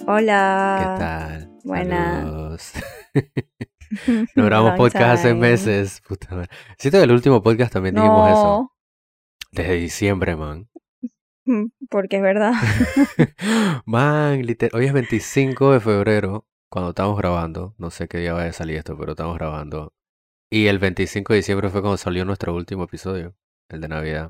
¿Qué Hola, tal? buena. Saludos. No grabamos Long podcast hace time. meses. Puta madre. Siento que el último podcast también dijimos eso. No, Desde diciembre, man. porque es verdad. Man, hoy es 25 de febrero cuando estamos grabando. No sé qué día vaya a salir esto, pero estamos grabando. Y el 25 de diciembre fue cuando salió nuestro último episodio, el de Navidad.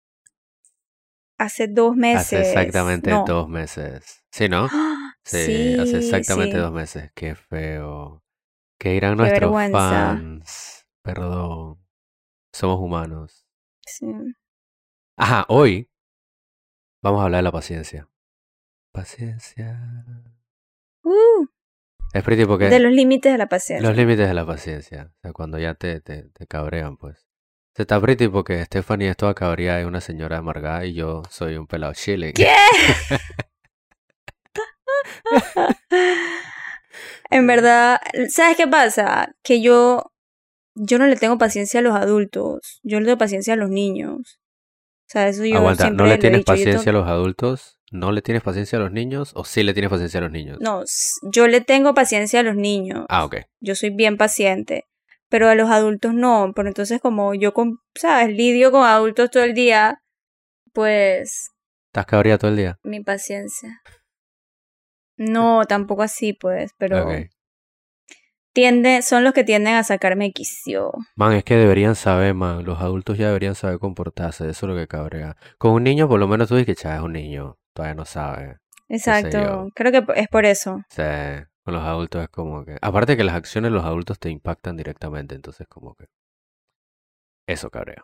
Hace 2 Hace meses. exactamente No. 2 meses. ¿Sí, no? Sí, hace Sí, exactamente sí. 2 meses. Qué feo. ¿Qué dirán Qué nuestros vergüenza. fans? Perdón. Somos humanos. Sí. Ajá, hoy vamos a hablar de la paciencia. Paciencia. Uh, Es pretty de porque los límites de la los paciencia. límites de la paciencia. O sea, cuando ya te cabrean, pues. Se está pretty porque Stephanie es toda cabreada y una señora amargada y yo soy un pelado chilling. ¿Qué? En verdad, ¿sabes qué pasa? Que yo no le tengo paciencia a los adultos. Yo le tengo paciencia a los niños. O sea, eso yo Aguanta, ¿no siempre le lo he tienes dicho. paciencia a los adultos? ¿No le tienes paciencia a los niños? ¿O sí le tienes paciencia a los niños? No, yo le tengo paciencia a los niños. Ah, ok. Yo soy bien paciente. Pero a los adultos no. Pero entonces como yo, ¿sabes? Lidio con adultos todo el día, pues ¿Estás cabreada todo el día? mi paciencia. No, tampoco así, pues. Pero Ok. son los que tienden a sacarme quicio. Man, es que deberían saber, man. Los adultos ya deberían saber comportarse. Eso es lo que cabrea. Con un niño, por lo menos tú dices que cha, es un niño. Todavía no sabe. Qué sé Exacto. yo. Creo que es por eso. O sea, con los adultos es como que. Aparte que las acciones de los adultos te impactan directamente. Entonces, como que. Eso cabrea.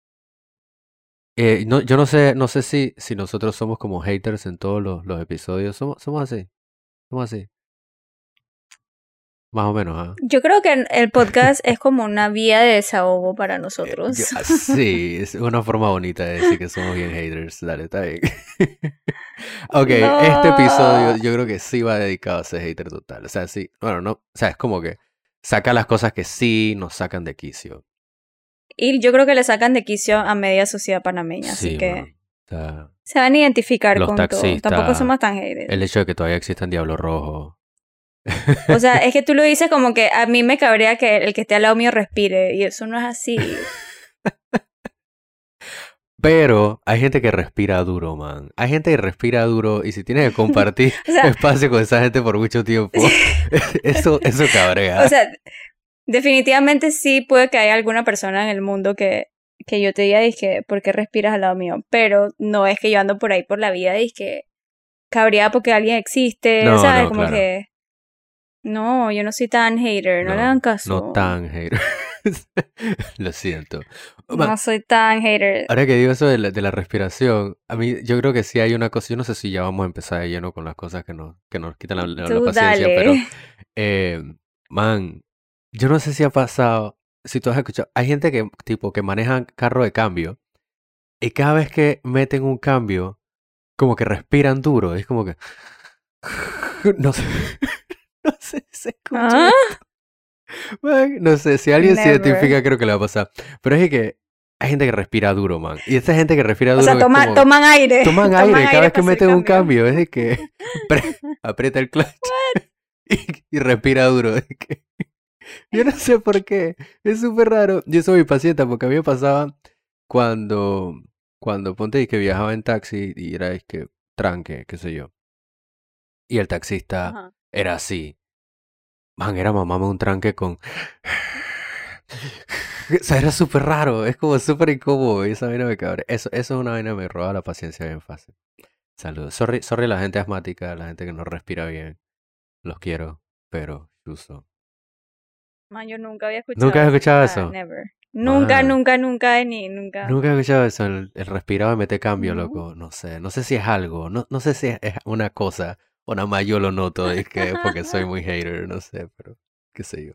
No, yo no sé si nosotros somos como haters en todos los episodios. Somos así. Somos así. Más o menos, ¿ah? Yo creo que el podcast es como una vía de desahogo para nosotros. Sí, es una forma bonita de decir que somos bien haters. Dale, está bien. Ok, este episodio No. yo creo que sí va dedicado a ser hater total. O sea, sí, bueno, no, o sea, es como que saca las cosas que sí nos sacan de quicio. Y yo creo que le sacan de quicio a media sociedad panameña, así Sí, que man. O sea, se van a identificar los con todo. Tampoco taxistas, somos tan haters. el hecho de que todavía existan Diablo Rojo. O sea, es que tú lo dices como que a mí me cabrea que el que esté al lado mío respire, y eso no es así. Pero hay gente que respira duro, man. Hay gente que respira duro y si tienes que compartir O sea, espacio con esa gente por mucho tiempo, eso o cabrea. sea, definitivamente sí puede que haya alguna persona en el mundo que yo te diga, dizque, ¿por qué respiras al lado mío? Pero no es que yo ando por ahí por la vida, dizque, cabreada porque alguien existe, No, ¿sabes? no, Como claro. que, no, yo no soy tan hater, no le dan No caso. tan hater. Lo siento. Man, No soy tan hater. ahora que digo eso de la respiración, a mí yo creo que sí hay una cosa, yo no sé si ya vamos a empezar de lleno con las cosas que nos quitan la Tú paciencia, pero, dale. eh, man, yo no sé si ha pasado, si tú has escuchado, hay gente que, tipo, que manejan carro de cambio y cada vez que meten un cambio, como que respiran duro, es como que, no sé, no sé si se escucha ¿Ah? esto. Man, no sé, si alguien se Never. identifica creo que le va a pasar, pero es que hay gente que respira duro, man, y esta gente que respira O sea, duro es como toman aire. toman Toman aire cada aire vez que para hacer meten un cambio. cambio. Es de que aprieta el clutch y respira duro. Es que, yo no sé por qué. Es súper raro. Yo soy paciente porque a mí me pasaba cuando, cuando ponte y que viajaba en taxi y era es que tranque, qué sé yo. Y el taxista Ajá. era así. Man, era mamame un tranque con... O sea, era súper raro. Es como súper incómodo. Y esa vaina me cabre. Eso es una vaina que me roba la paciencia bien fácil. Saludos. Sorry la gente asmática, la gente que no respira bien. Los quiero, pero chuzo. Man, yo nunca había ¿Nunca escuchado has eso. O escuchado sea, eso? never. Nunca, Man, nunca, nunca, ni nunca. nunca he escuchado eso, el respirado y mete cambio, No. loco. No sé si es algo, no sé si es una cosa, o nada más yo lo noto, es que porque soy muy hater, no sé, pero qué sé yo.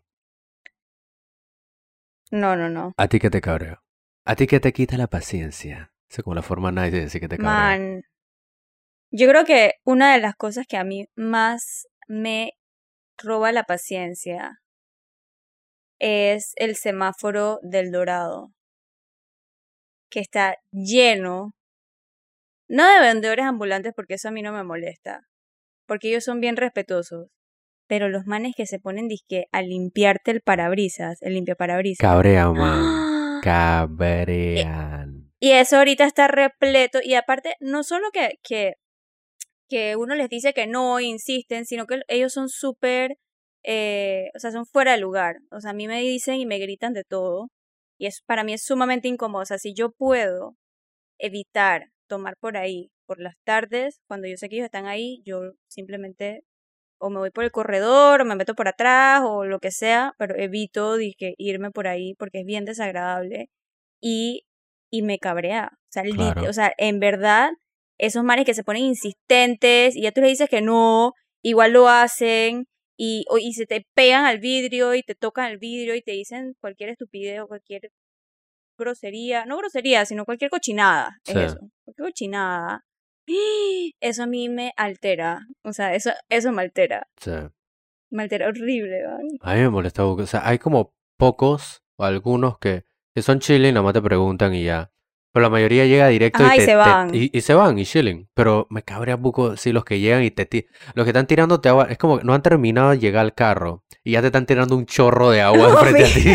No, no, no. ¿A ti qué te cabrea? ¿A ti qué te quita la paciencia? Esa es como la forma nice de decir que te cabrea. Man, yo creo que una de las cosas que a mí más me roba la paciencia es el semáforo del Dorado, que está lleno, no de vendedores ambulantes porque eso a mí no me molesta, porque ellos son bien respetuosos. Pero los manes que se ponen disque a limpiarte el parabrisas, el limpiaparabrisas. Cabrean, man. ¡Ah! Cabrean. Y eso ahorita está repleto. Y aparte, no solo que uno les dice que no, insisten, sino que ellos son súper, o sea, son fuera de lugar. O sea, a mí me dicen y me gritan de todo. Y para mí es sumamente incómodo. O sea, si yo puedo evitar tomar por ahí, por las tardes, cuando yo sé que ellos están ahí, yo simplemente o me voy por el corredor, o me meto por atrás, o lo que sea, pero evito dizque, irme por ahí porque es bien desagradable y, y me cabrea. O sea, Claro. o sea, en verdad, esos manes que se ponen insistentes y ya tú le dices que no, igual lo hacen y se te pegan al vidrio y te tocan el vidrio y te dicen cualquier estupidez o cualquier grosería, no grosería, sino cualquier cochinada, Sí. es eso, cualquier cochinada. Eso a mí me altera, o sea, eso me altera. Sí. Me altera horrible, ¿vale? A mí me molesta, o sea, hay como pocos o algunos que son chilling, nomás te preguntan y ya. Pero la mayoría llega directo Ajá, y se van. y se van y chilling. Pero me cabrea un poco sí los que llegan y los que están tirándote agua, es como que no han terminado de llegar al carro y ya te están tirando un chorro de agua frente a ti.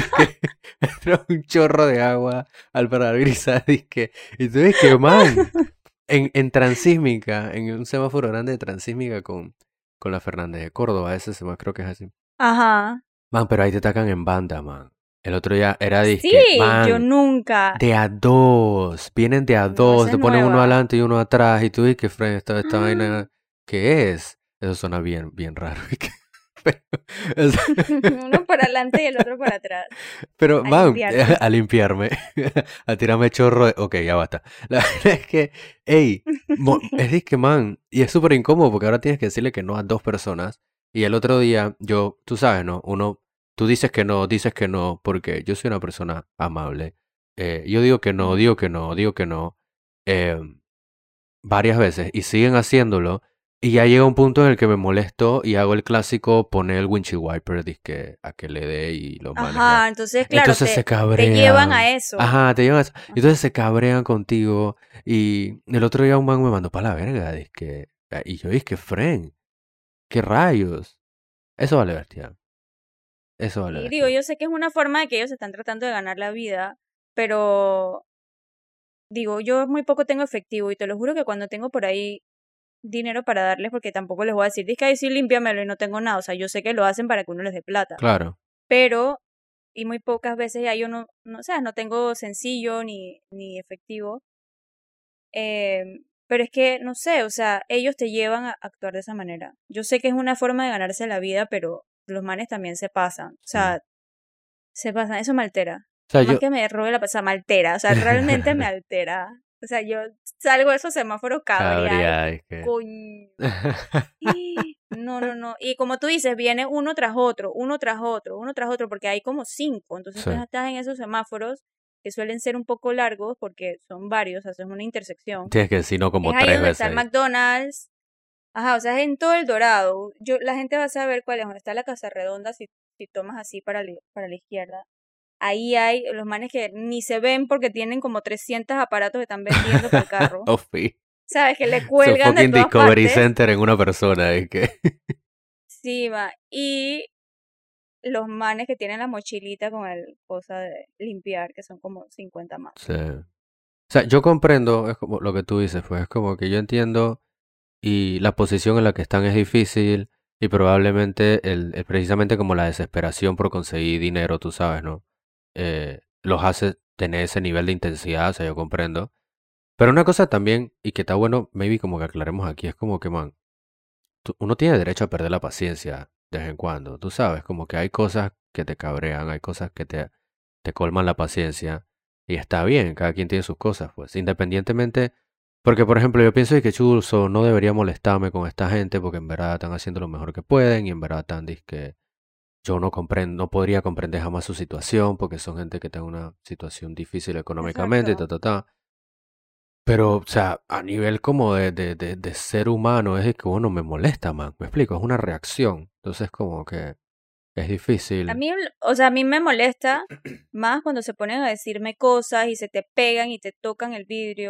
Un chorro de agua al parabrisas, y tú ves que, man, en Transísmica, en un semáforo grande de Transísmica con la Fernández de Córdoba, ese semáforo creo que es así. Ajá. Man, pero ahí te atacan en banda, man. El otro día era Sí, disque, yo man, nunca. de a dos. Vienen de a No, dos, esa te es ponen uno nueva. adelante y uno atrás. Y tú dices, Fred, esta vaina, ¿qué es? Eso suena bien, bien raro. Pero, o sea, Uno para adelante y el otro para atrás. pero, A man, limpiarte. a limpiarme, a tirarme chorro. Ok, ya basta. La verdad es que, hey, es disque, man, y es súper incómodo porque ahora tienes que decirle que no a dos personas. Y el otro día, tú sabes, ¿no? Tú dices que no, porque yo soy una persona amable. Yo digo que no, digo que no, digo que no, eh, varias veces, y siguen haciéndolo. Y ya llega un punto en el que me molesto y hago el clásico poner el windshield wiper disque a que le dé y los manes ya. Ajá, entonces, claro, Entonces se te llevan a cabrean. eso. Ajá, te llevan a eso. Ajá. Entonces se cabrean contigo. Y el otro día un man me mandó para la verga. Y yo dije, Fren, ¿qué rayos? Eso vale bestia. Eso vale Y digo, bestia. yo sé que es una forma de que ellos están tratando de ganar la vida, pero digo, yo muy poco tengo efectivo y te lo juro que cuando tengo por ahí dinero para darles, porque tampoco les voy a decir, dice que ahí sí límpiamelo y no tengo nada, o sea, yo sé que lo hacen para que uno les dé plata, Claro. pero, y muy pocas veces ya yo no, o sea, no tengo sencillo ni efectivo, pero es que, no sé, o sea, ellos te llevan a actuar de esa manera. Yo sé que es una forma de ganarse la vida, pero los manes también se pasan, o Sí. sea, se pasan, eso me altera. O sea, Más que me robe la pasada, me altera, o sea, realmente me altera. O sea, yo salgo de esos semáforos cabreada y Cabría, es que. coño. No. Y como tú dices, viene uno tras otro, uno tras otro, uno tras otro, porque hay como 5. Entonces Sí. tú estás en esos semáforos que suelen ser un poco largos porque son varios, o sea, es una intersección. Tienes que decir no como Es ahí 3 donde está el veces. McDonald's. Ajá, o sea, es en todo el Dorado. La gente va a saber cuál es, donde está la Casa Redonda si tomas así para la izquierda. Ahí hay los manes que ni se ven porque tienen como 300 aparatos que están vendiendo por carro. Oh, sí. ¿Sabes? Que le Su cuelgan de fucking todas Discovery partes. Center en una persona, es que. Sí, va. Y los manes que tienen la mochilita con el cosa de limpiar, que son como 50 más. Sí. O sea, yo comprendo, es como lo que tú dices, pues es como que yo entiendo y la posición en la que están es difícil y probablemente precisamente como la desesperación por conseguir dinero, tú sabes, ¿no? Los hace tener ese nivel de intensidad, o sea, yo comprendo. Pero una cosa también, y que está bueno, maybe como que aclaremos aquí, es como que, man, uno tiene derecho a perder la paciencia de vez en cuando, tú sabes, como que hay cosas que te cabrean, hay cosas que te colman la paciencia, y está bien, cada quien tiene sus cosas, pues, independientemente, porque por ejemplo yo pienso de que Churso no debería molestarme con esta gente porque en verdad están haciendo lo mejor que pueden y en verdad están que yo no comprendo, no podría comprender jamás su situación porque son gente que está en una situación difícil económicamente y Exacto. ta. Pero, o sea, a nivel como de ser humano, es de que uno me molesta, man. Me explico, es una reacción. Entonces, como que es A difícil. mí, o sea, a mí me molesta más cuando se ponen a decirme cosas y se te pegan y te tocan el vidrio.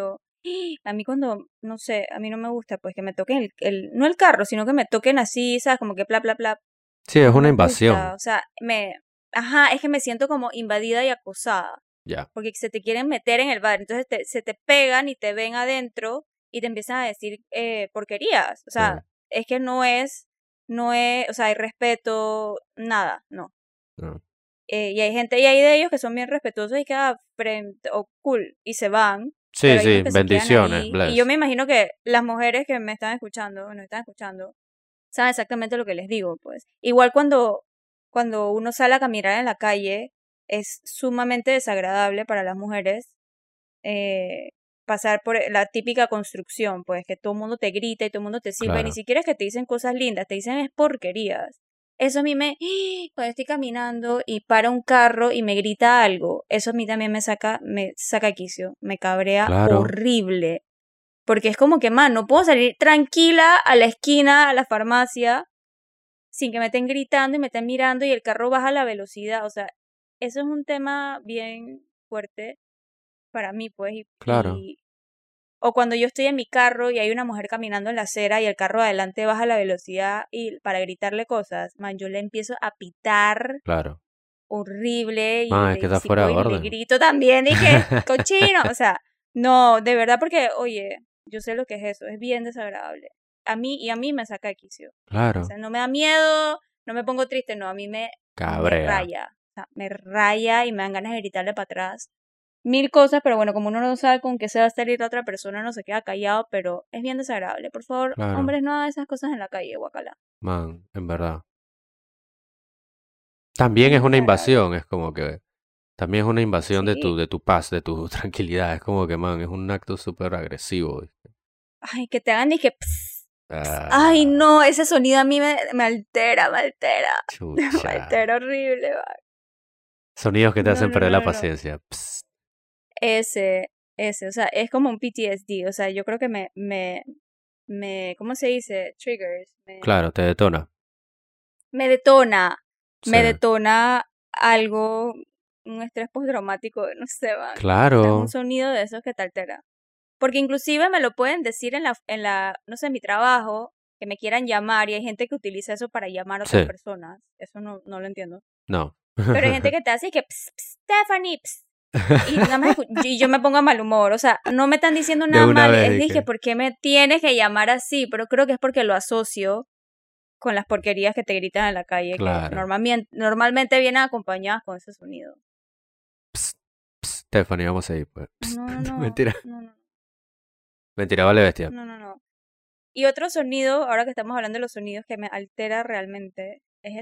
A mí cuando, no sé, a mí no me gusta pues que me toquen no el carro, sino que me toquen así, ¿sabes? Como que bla, bla, bla. Sí, es No una me gusta, invasión. o sea, ajá, es que me siento como invadida y acosada, Ya, porque se te quieren meter en el bar, entonces se te pegan y te ven adentro y te empiezan a decir porquerías, o sí, sea, es que o sea, hay respeto, nada, no. no. Y hay gente, y hay de ellos que son bien respetuosos y que, o cool, y se van, Sí, pero hay sí, unos que se quedan bendiciones, ahí, y yo bless. me imagino que las mujeres que me están escuchando, o nos están escuchando, saben exactamente lo que les digo, pues. Igual cuando uno sale a caminar en la calle, es sumamente desagradable para las mujeres eh, pasar por la típica construcción, pues, que todo el mundo te grita y todo el mundo te silba, y ni Claro, siquiera es que te dicen cosas lindas, te dicen es porquerías. Eso a mí cuando estoy caminando y para un carro y me grita algo, eso a mí también me saca de quicio, me cabrea claro, horrible. Porque es como que, man, no puedo salir tranquila a la esquina, a la farmacia, sin que me estén gritando y me estén mirando y el carro baja la velocidad. O sea, eso es un tema bien fuerte para mí, pues. claro, O cuando yo estoy en mi carro y hay una mujer caminando en la acera y el carro de adelante baja la velocidad y para gritarle cosas, man, yo le empiezo a pitar claro. horrible y Man, es que está si fuera de voy y le orden. grito también y que cochino, o sea, no, de verdad porque, oye, yo sé lo que es eso, es bien desagradable. A mí me saca de quicio. O Claro, sea, no me da miedo, no me pongo triste, no, a mí me cabrea. raya, o sea, me raya y me dan ganas de gritarle para atrás. Mil cosas, pero bueno, como uno no sabe con qué se va a salir la otra persona, no se queda callado, pero es bien desagradable. Por favor, Claro, hombres, no hagan esas cosas en la calle, guacala. man, en verdad. Es También es bien una desagradable. invasión, es como que también es una invasión Sí. de tu paz, de tu tranquilidad. Es como que, man, es un acto súper agresivo. ¿Viste? Ay, que te hagan y que ps, ps. Ay, Ah, no, ese sonido a mí me altera, me altera. Me chucha. altera horrible, va. Sonidos que te No, hacen no, perder no, la no, no. paciencia. Psst. Ese, o sea, es como un PTSD, o sea, yo creo que ¿cómo se dice? Triggers, Claro, te detona. me detona, Sí. me detona algo, un estrés postraumático, no sé, man. O sea, es un Claro. sonido de esos que te altera. Porque inclusive me lo pueden decir no sé, en mi trabajo, que me quieran llamar y hay gente que utiliza eso para llamar a otras Sí. personas. Eso no lo entiendo. No. Pero hay gente que te hace y que, "Ps, ps, Stephanie, ps", y nada más y yo me pongo a mal humor. O sea, no me están diciendo De nada una mal. vez Es de dije, que. ¿por qué me tienes que llamar así? Pero creo que es porque lo asocio con las porquerías que te gritan en la calle, que Claro. normalmente vienen acompañadas con ese sonido. Psst, psst, Stephanie, vamos a ir, pues. Psst. No, no, no, Mentira. no, no, Mentira, vale bestia. no, no, no. Y otro sonido, ahora que estamos hablando de los sonidos que me altera realmente, es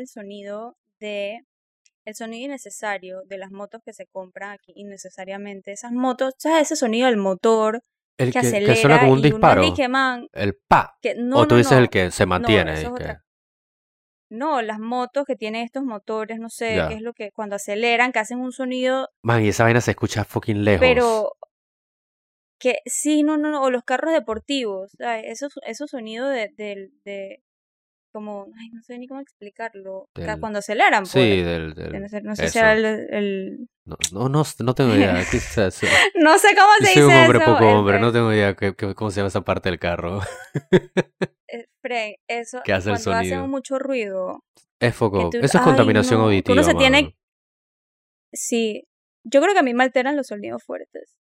el sonido innecesario de las motos que se compran aquí innecesariamente. Esas motos, ¿sabes? Ese sonido del motor El que que suena acelera como un y uno es disparo. dije, man, El pa. que O no, tú no, dices el no, que se no, mantiene. eso es Dizque. otra. No, las motos que tienen estos motores, no sé, qué Ya. es lo que cuando aceleran, que hacen un sonido, Man, y esa vaina se escucha fucking lejos. pero que sí, no, no, no, o los carros deportivos, ¿sabes? Esos sonidos de como, ay, no sé ni cómo explicarlo, Del. cuando aceleran, Sí, pues, del. no sé si era Eso. el No, no, no, no tengo idea. no sé cómo Yo se soy un dice hombre eso, poco hombre, no tengo idea cómo se llama esa parte del carro eso, que hace el cuando hacen sofocado. mucho ruido, Es que foco. tú, Eso es ay, contaminación no, que uno auditiva, se tiene, man. sí, yo creo que a mí me alteran los sonidos fuertes.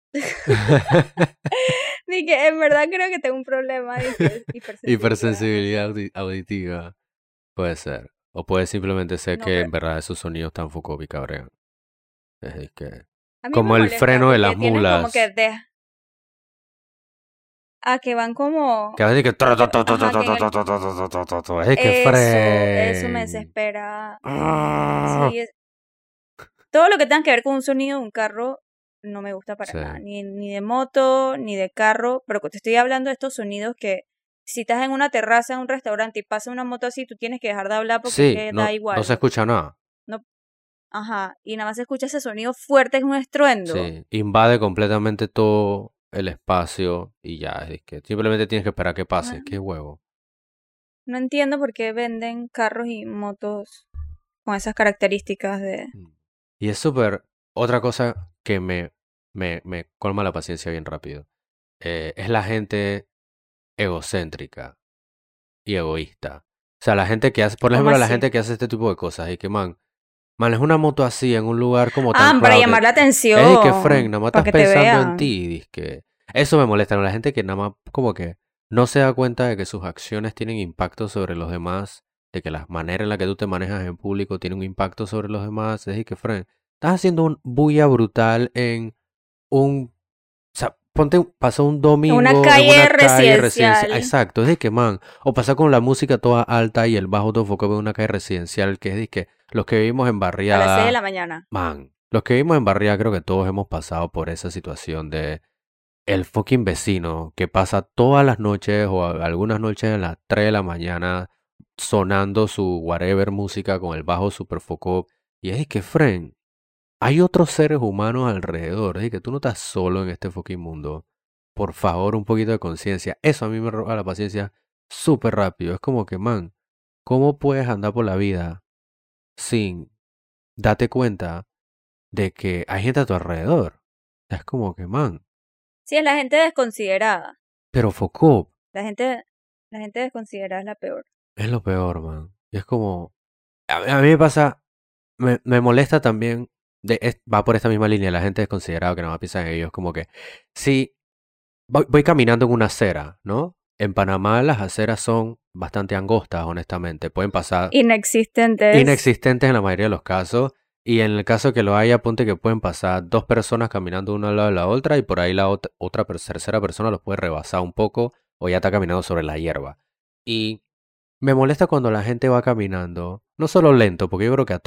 Dije, en verdad creo que tengo un problema de hipersensibilidad, no sé. Hipersensibilidad auditiva. Puede ser. O puede simplemente ser No, que pero en verdad esos sonidos tan focópicos cabrean. Es que. a mí me Como el molesta freno de las porque tienen como que mulas. que van como, Que a veces que. ajá, que en el, Es que eso me fren. desespera. Ah. Sí, todo lo que tenga que ver con un sonido de un carro no me gusta para Sí. nada, ni de moto, ni de carro, pero te estoy hablando de estos sonidos que si estás en una terraza, en un restaurante y pasa una moto así, tú tienes que dejar de hablar porque es Sí, que da no, no se igual. escucha nada. No, ajá, y nada más se escucha ese sonido fuerte, es un estruendo. Sí, invade completamente todo el espacio y ya, es que simplemente tienes que esperar que pase. No, Qué huevo. no entiendo por qué venden carros y motos con esas características de... Mm. Y es súper. Otra cosa que me colma la paciencia bien rápido. es la gente egocéntrica y egoísta. O sea, la gente que hace, por ¿Cómo ejemplo, la así? gente que hace este tipo de cosas y que, man, es una moto así en un lugar como tan Ah, para crowded. llamar la Es y que, Frank, atención, nada más para estás que te pensando en vean. ti. Que eso me molesta, ¿no? La gente que nada más como que no se da cuenta de que sus acciones tienen impacto sobre los demás, de que la manera en la que tú te manejas en público tiene un impacto sobre los demás. Es y que, Frank, estás haciendo un bulla brutal en un... O sea, pasó un En una domingo en una calle calle residencial. residencial Exacto, es de que, man. O pasa con la música toda alta y el bajo todo enfocado en una calle residencial, que es de que los que vivimos en a las 6 de barriada, la mañana. man. Los que vivimos en barriada creo que todos hemos pasado por esa situación de el fucking vecino que pasa todas las noches o algunas noches a las 3 de la mañana sonando su whatever música con el bajo super foco. Y es de que, friend, hay otros seres humanos alrededor, es que tú no estás solo en este fucking mundo. Por favor, un poquito de conciencia. Eso a mí me roba la paciencia súper rápido. Es como que, man, ¿cómo puedes andar por la vida sin darte cuenta de que hay gente a tu alrededor? Es como que, man, Sí, es la gente desconsiderada. pero Foucault La gente, la gente desconsiderada es la peor. es lo peor, man. Y es como, a mí me pasa, me molesta también, va por esta misma línea, la gente desconsiderada que no piensa en ellos, como que, sí. Voy caminando en una acera, ¿no? En Panamá las aceras son bastante angostas, honestamente. Pueden pasar Inexistentes. inexistentes en la mayoría de los casos. Y en el caso que lo haya, ponte que pueden pasar dos personas caminando una al lado de la otra y por ahí la tercera persona los puede rebasar un poco o ya está caminando sobre la hierba. Y me molesta cuando la gente va caminando, no solo lento, porque yo creo que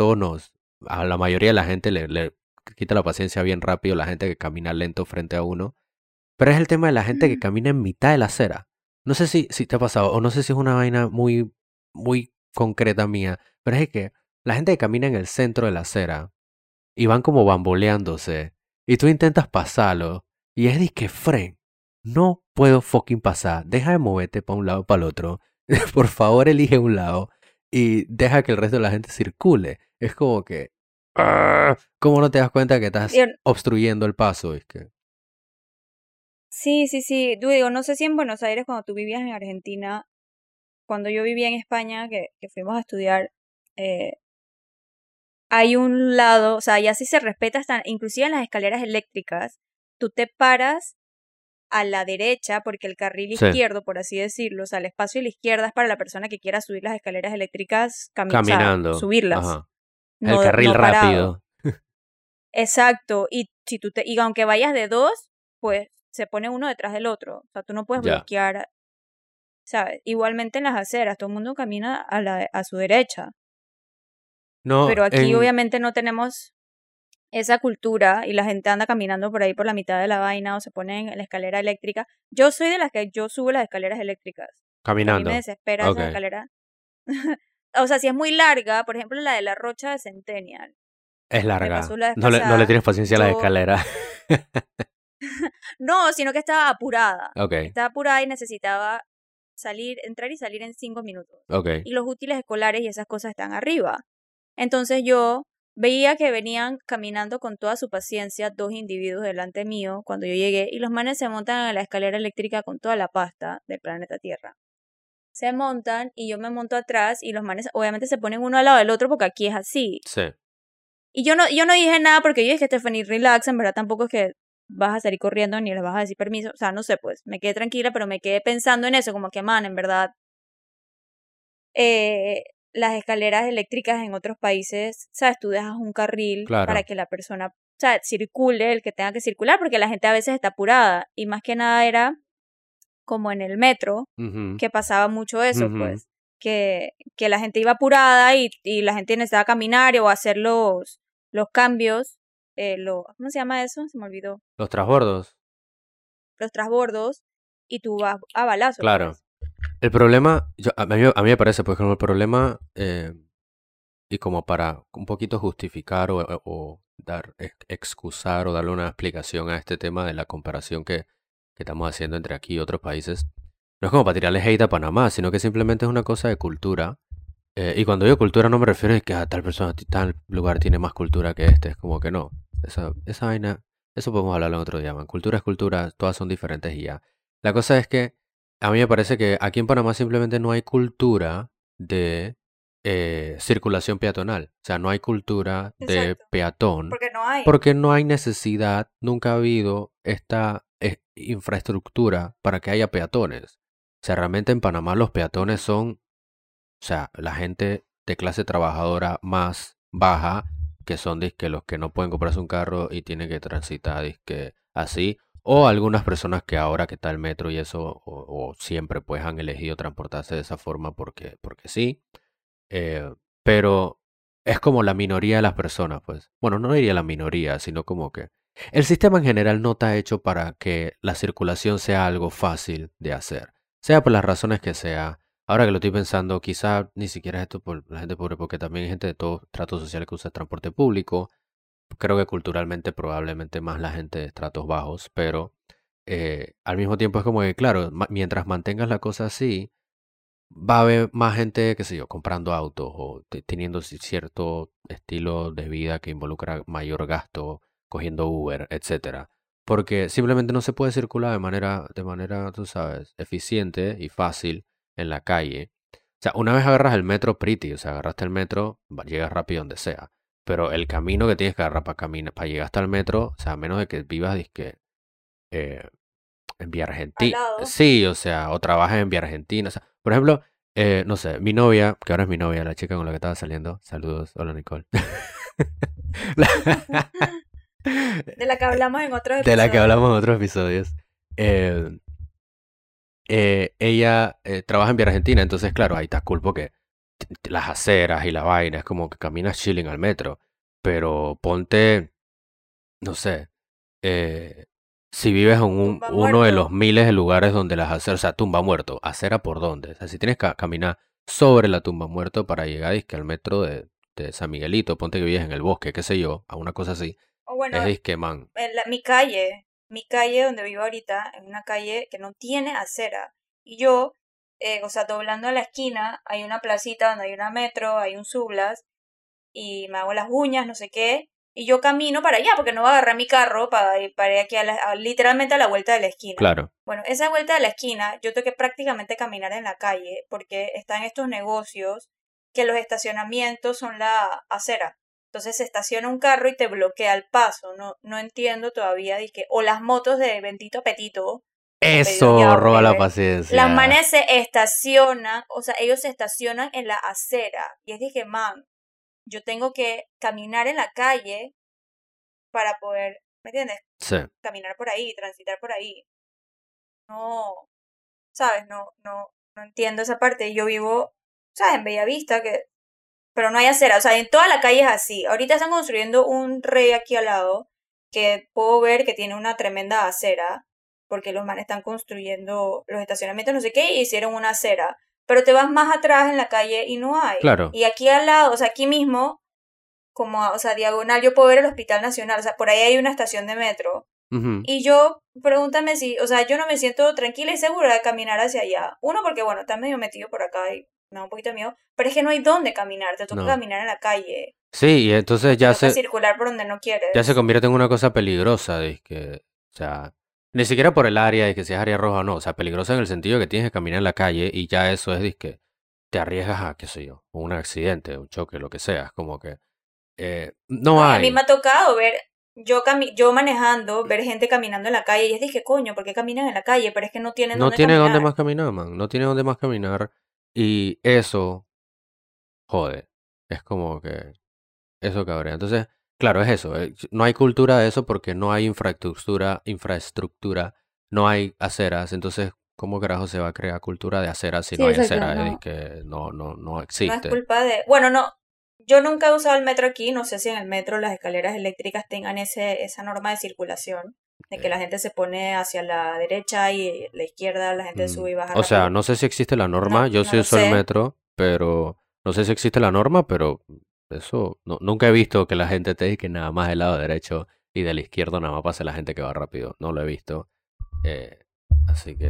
a la mayoría de la gente le quita la paciencia bien rápido la gente que camina lento frente a uno. Pero es el tema de la gente que camina en mitad de la acera. No sé si te ha pasado, o no sé si es una vaina muy concreta mía, pero es que la gente que camina en el centro de la acera y van como bamboleándose, y tú intentas pasarlo, y es de que, Fren, no puedo fucking pasar, deja de moverte para un lado o para el otro, por favor elige un lado y deja que el resto de la gente circule. Es como que, ¿cómo no te das cuenta que estás Yo- obstruyendo el paso? Es que, Sí, sí, sí. Yo digo, no sé si en Buenos Aires, cuando tú vivías en Argentina, cuando yo vivía en España, que fuimos a estudiar, eh, hay un lado, o sea, ya sí se respeta hasta, inclusive en las escaleras eléctricas, tú te paras a la derecha porque el carril sí, izquierdo, por así decirlo, o sea, el espacio a la izquierda es para la persona que quiera subir las escaleras eléctricas, o sea, caminando, subirlas, ajá. El carril no parado. rápido. Exacto, y si y aunque vayas de dos, pues se pone uno detrás del otro, o sea, tú no puedes Ya. bloquear, ¿sabes? Igualmente en las aceras, todo el mundo camina a su derecha, No, pero aquí obviamente no tenemos esa cultura y la gente anda caminando por ahí por la mitad de la vaina o se pone en la escalera eléctrica. Yo soy de las que yo subo las escaleras eléctricas, porque a mí me caminando. desespera Ok. esa escalera. O sea, si es muy larga, por ejemplo, la de la Rocha de Centennial, Es me pasó larga. la vez No le pasada, tienes paciencia a las yo, escaleras. no, sino que estaba apurada. Ok, Estaba apurada y necesitaba entrar y salir en 5 minutos. ok. Y los útiles escolares y esas cosas están arriba. Entonces yo veía que venían caminando con toda su paciencia dos individuos delante mío cuando yo llegué y los manes se montan a la escalera eléctrica con toda la pasta del planeta Tierra. Se montan y yo me monto atrás y los manes obviamente se ponen uno al lado del otro porque aquí es así. Sí. Y yo no dije nada porque yo dije, Stephanie, relax, en verdad tampoco es que vas a salir corriendo ni les vas a decir permiso. O sea, no sé, pues me quedé tranquila, pero me quedé pensando en eso, como que, man, en verdad, eh, las escaleras eléctricas en otros países, ¿sabes? Tú dejas un carril para Claro. que la persona, o sea, circule, el que tenga que circular, porque la gente a veces está apurada. Y más que nada era como en el metro, Ujú, que pasaba mucho eso, ujú. pues. Que la gente iba apurada y la gente necesitaba caminar o hacer los cambios. ¿Cómo se llama eso? Se me olvidó. Los transbordos. Los transbordos. Y tú vas a balazo, Claro. pues. El problema, a mí me parece, pues, como el problema, y como para un poquito justificar o dar, excusar o darle una explicación a este tema de la comparación que estamos haciendo entre aquí y otros países, no es como para tirarle hate a Panamá, sino que simplemente es una cosa de cultura. Y cuando digo cultura no me refiero a que tal persona, tal lugar tiene más cultura que este, es como que no. Esa vaina, Eso podemos hablarlo en otro día, man. Cultura es cultura, todas son diferentes y ya. La cosa es que a mí me parece que aquí en Panamá simplemente no hay cultura de circulación peatonal. O sea, no hay cultura de Exacto, peatón porque no hay. porque no hay necesidad, nunca ha habido esta infraestructura para que haya peatones. O sea, realmente en Panamá los peatones son, o sea, la gente de clase trabajadora más baja, que son dizque los que no pueden comprarse un carro y tienen que transitar dizque así, o algunas personas que ahora que está el metro y eso, o siempre pues han elegido transportarse de esa forma porque sí, eh, pero es como la minoría de las personas, pues. Bueno, no diría la minoría, sino como que el sistema en general no está hecho para que la circulación sea algo fácil de hacer, sea por las razones que sea. Ahora que lo estoy pensando, quizá ni siquiera es esto por la gente pobre, porque también hay gente de todo trato social que usa transporte público. Creo que culturalmente probablemente más la gente de estratos bajos, pero al mismo tiempo es como que, claro, mientras mantengas la cosa así, va a haber más gente, qué sé yo, comprando autos o teniendo cierto estilo de vida que involucra mayor gasto, cogiendo Uber, etcétera. Porque simplemente no se puede circular de manera, tú sabes, eficiente y fácil en la calle. O sea, una vez agarras el metro pretty, o sea, agarraste el metro, llegas rápido donde sea. Pero el camino que tienes que agarrar para llegar hasta el metro, o sea, a menos de que vivas, dizque, eh, en Vía Al Argentina. lado. Sí, o sea, o trabajas en Vía Argentina. O sea, por ejemplo, no sé, mi novia, que ahora es mi novia, la chica con la que estaba saliendo. Saludos, hola Nicole. La- De la que hablamos en otros de la que hablamos episodios. en otros episodios. Eh, ella trabaja en Vía Argentina, entonces, claro, ahí está cool porque las aceras y la vaina es como que caminas chilling al metro. Pero ponte, no sé, eh, si vives en Tumba uno de los muerto. miles de lugares donde las aceras, o sea, tumba muerto, acera por dónde, o sea, si tienes que caminar sobre la tumba muerto para llegar disque al metro de San Miguelito, ponte que vives en el bosque, qué sé yo, a una cosa así, O bueno, es disque man, mi calle donde vivo ahorita, es una calle que no tiene acera. Y yo, o sea, doblando a la esquina, hay una placita donde hay una metro, hay un Sublas, y me hago las uñas, no sé qué, y yo camino para allá, porque no voy a agarrar mi carro para ir aquí literalmente a la vuelta de la esquina. claro, Bueno, esa vuelta de la esquina, yo tengo que prácticamente caminar en la calle, porque están estos negocios que los estacionamientos son la acera. Entonces se estaciona un carro y te bloquea el paso. No, no entiendo todavía. Dizque, o las motos de Bendito Apetito o Pedidos eso Ya, roba la whatever. Las paciencia, manes se estacionan, o sea, ellos se estacionan en la acera. Y es dije, man, yo tengo que caminar en la calle para poder, ¿me entiendes? sí, Caminar por ahí, transitar por ahí. No, ¿sabes? No entiendo esa parte. Yo vivo, ¿sabes? En Bellavista, pero no hay acera. O sea, en toda la calle es así. Ahorita están construyendo un rey aquí al lado que puedo ver que tiene una tremenda acera porque los manes están construyendo los estacionamientos, no sé qué, y hicieron una acera. Pero te vas más atrás en la calle y no hay. claro, Y aquí al lado, o sea, aquí mismo, como, o sea, diagonal, yo puedo ver el Hospital Nacional. O sea, por ahí hay una estación de metro. ujú, Y yo, pregúntame si, o sea, yo no me siento tranquila y segura de caminar hacia allá. Uno, porque bueno, está medio metido por acá y me da un poquito de miedo, pero es que no hay dónde caminar, te toca no, caminar en la calle, sí, y entonces te toca circular por donde no ya se quieres. convierte en una cosa peligrosa, que, o sea, ni siquiera por el área, de que si es área roja o no, o sea, peligrosa en el sentido que tienes que caminar en la calle y ya eso es, que te arriesgas a, qué sé yo, un accidente, un choque, lo que sea, es como que no No, y a mí hay, me ha tocado ver, yo manejando, ver gente caminando en la calle y es dije, coño, ¿por qué caminan en la calle? Pero es que no tienen no dónde tiene dónde caminar. más caminar, man, no tiene dónde más caminar y eso, jode, es como que eso cabrea. Entonces, claro, es eso. No hay cultura de eso porque no hay infraestructura, no hay aceras. Entonces, ¿cómo carajo se va a crear cultura de aceras si Sí, no hay exacto, aceras? Es no, que no no es existe. culpa de, bueno, no, yo nunca he usado el metro aquí, no sé si en el metro las escaleras eléctricas tengan esa norma de circulación, de que la Eh, gente se pone hacia la derecha y la izquierda la gente sube y baja o sea, rápido. no sé si existe la norma. No, Yo no sí lo uso el sé. metro, pero no sé si existe la norma, pero eso nunca he visto que la gente te diga que nada más del lado derecho y del izquierdo nada más pase la gente que va rápido. No lo he visto. Eh, así que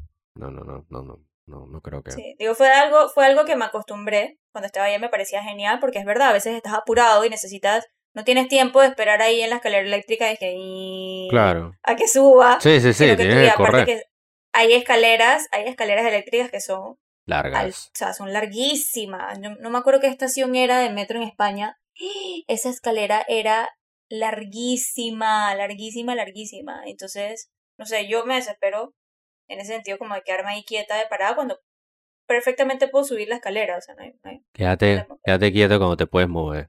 no creo que. Sí, digo, fue algo que me acostumbré cuando estaba allá, me parecía genial, porque es verdad, a veces estás apurado y necesitas no tienes tiempo de esperar ahí en la escalera eléctrica de que Claro. a que suba, Sí, sí, sí, sino que tú, tienes y que aparte correr. que hay escaleras eléctricas que son o Largas. sea, son larguísimas. No me acuerdo qué estación era de metro en España. Esa escalera era larguísima, larguísima, larguísima. Entonces, no sé, yo me desespero en ese sentido como de quedarme ahí quieta de parada cuando perfectamente puedo subir la escalera, o sea, no hay Quédate, problema. quédate quieto cuando te puedes mover.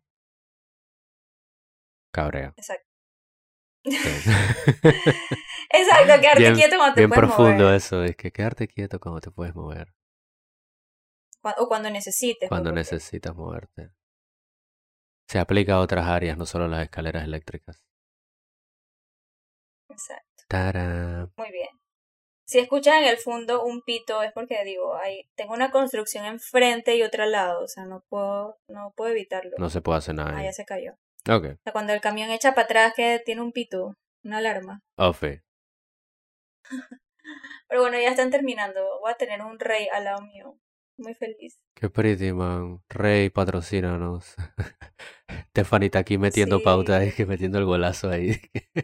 Cabrea. Exacto. Sí. Exacto, quedarte Bien, quieto cuando te bien puedes profundo mover. eso, es que quedarte quieto cuando te puedes mover, O cuando necesites, pues cuando porque... necesitas moverte. Se aplica a otras áreas, no solo a las escaleras eléctricas. Exacto. ¡Tarán! Muy bien. Si escuchas en el fondo un pito es porque digo, tengo una construcción enfrente y otra al lado, o sea, no puedo evitarlo. No se puede hacer nada Ah, ya ahí. se cayó. Ok. O sea, cuando el camión echa para atrás que tiene un pito, una alarma. Ofe. Pero bueno, ya están terminando. Voy a tener un rey al lado mío. Muy feliz. Qué pretty, man. Rey, patrocínanos. Stephanie está aquí metiendo pauta, es Sí. que metiendo el golazo ahí.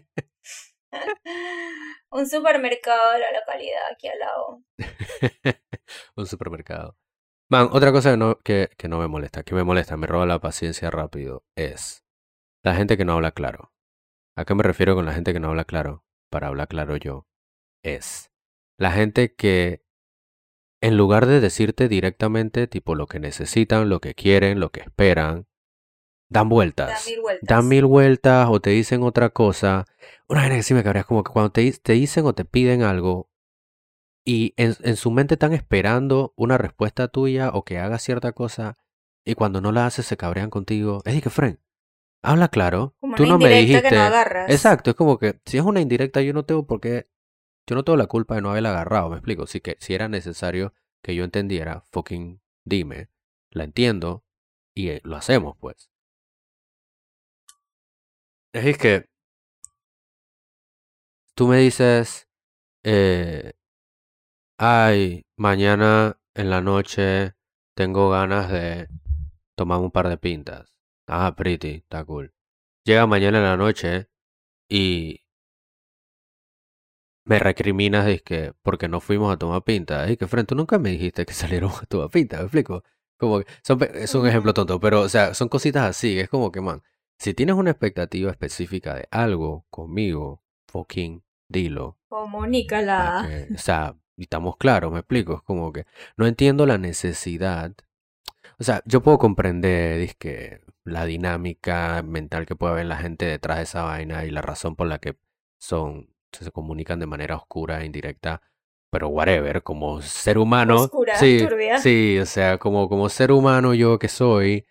Un supermercado de la localidad aquí al lado. Un supermercado. Man, otra cosa que no me molesta, que me molesta, me roba la paciencia rápido, es la gente que no habla claro. ¿A qué me refiero con la gente que no habla claro? Para hablar claro yo, es la gente que en lugar de decirte directamente tipo lo que necesitan, lo que quieren, lo que esperan, dan Da vueltas. mil Dan vueltas. mil vueltas o te dicen otra cosa. Una vez que sí me cabrea es como que cuando te dicen o te piden algo y en su mente están esperando una respuesta tuya o que hagas cierta cosa y cuando no la haces se cabrean contigo. Es de que, Frank, habla claro. Como Tú una no me indirecta que no dijiste. agarras. Exacto, es como que si es una indirecta yo no tengo por qué. Yo no tengo la culpa de no haberla agarrado, me explico. Si era necesario que yo entendiera, fucking dime. La entiendo y lo hacemos, pues. Es que tú me dices, eh, ay, mañana en la noche tengo ganas de tomar un par de pintas. Ah, pretty, está cool. Llega mañana en la noche y me recriminas que porque no fuimos a tomar pinta. Y que, Fren, tú nunca me dijiste que saliéramos a tomar pinta, ¿me explico? Como que es un ejemplo Ujú. tonto, pero o sea, son cositas así. Es como que, man, si tienes una expectativa específica de algo conmigo, fucking dilo. Para Comunícala. que, o sea, y estamos claros, me explico. Es como que no entiendo la necesidad. O sea, yo puedo comprender, dizque, la dinámica mental que puede haber la gente detrás de esa vaina y la razón por la que se comunican de manera oscura e indirecta, pero whatever, como ser humano, Oscura, sí, turbia. sí, o sea, como ser humano yo que soy,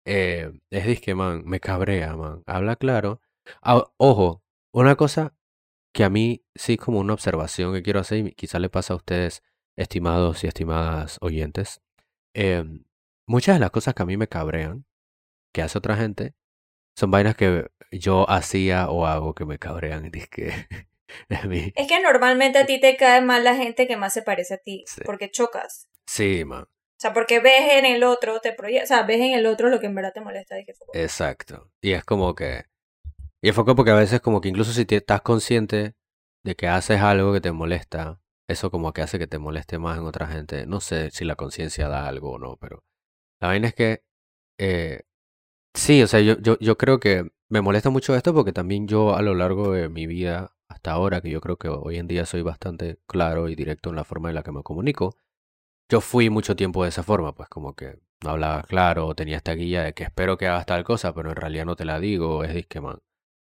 es disque, man, me cabrea, man, habla claro. Ah, ojo, una cosa que a mí sí como una observación que quiero hacer y quizá le pasa a ustedes, estimados y estimadas oyentes, em, muchas de las cosas que a mí me cabrean, que hace otra gente, son vainas que yo hacía o hago que me cabrean. Dizque de mí. Es que normalmente a ti te cae mal la gente que más se parece a ti, Sí, porque chocas. sí, man. O sea, porque ves en el otro, te proyectas, o sea, ves en el otro lo que en verdad te molesta. Dije, Exacto. Y es como que. Y es foco porque a veces, como que incluso si estás consciente de que haces algo que te molesta, eso como que hace que te moleste más en otra gente. No sé si la conciencia da algo o no, pero la vaina es que. eh, Sí, o sea, yo creo que me molesta mucho esto porque también yo a lo largo de mi vida hasta ahora, que yo creo que hoy en día soy bastante claro y directo en la forma en la que me comunico, yo fui mucho tiempo de esa forma, pues como que no hablaba claro, o tenía esta guía de que espero que hagas tal cosa, pero en realidad no te la digo, es disque, man,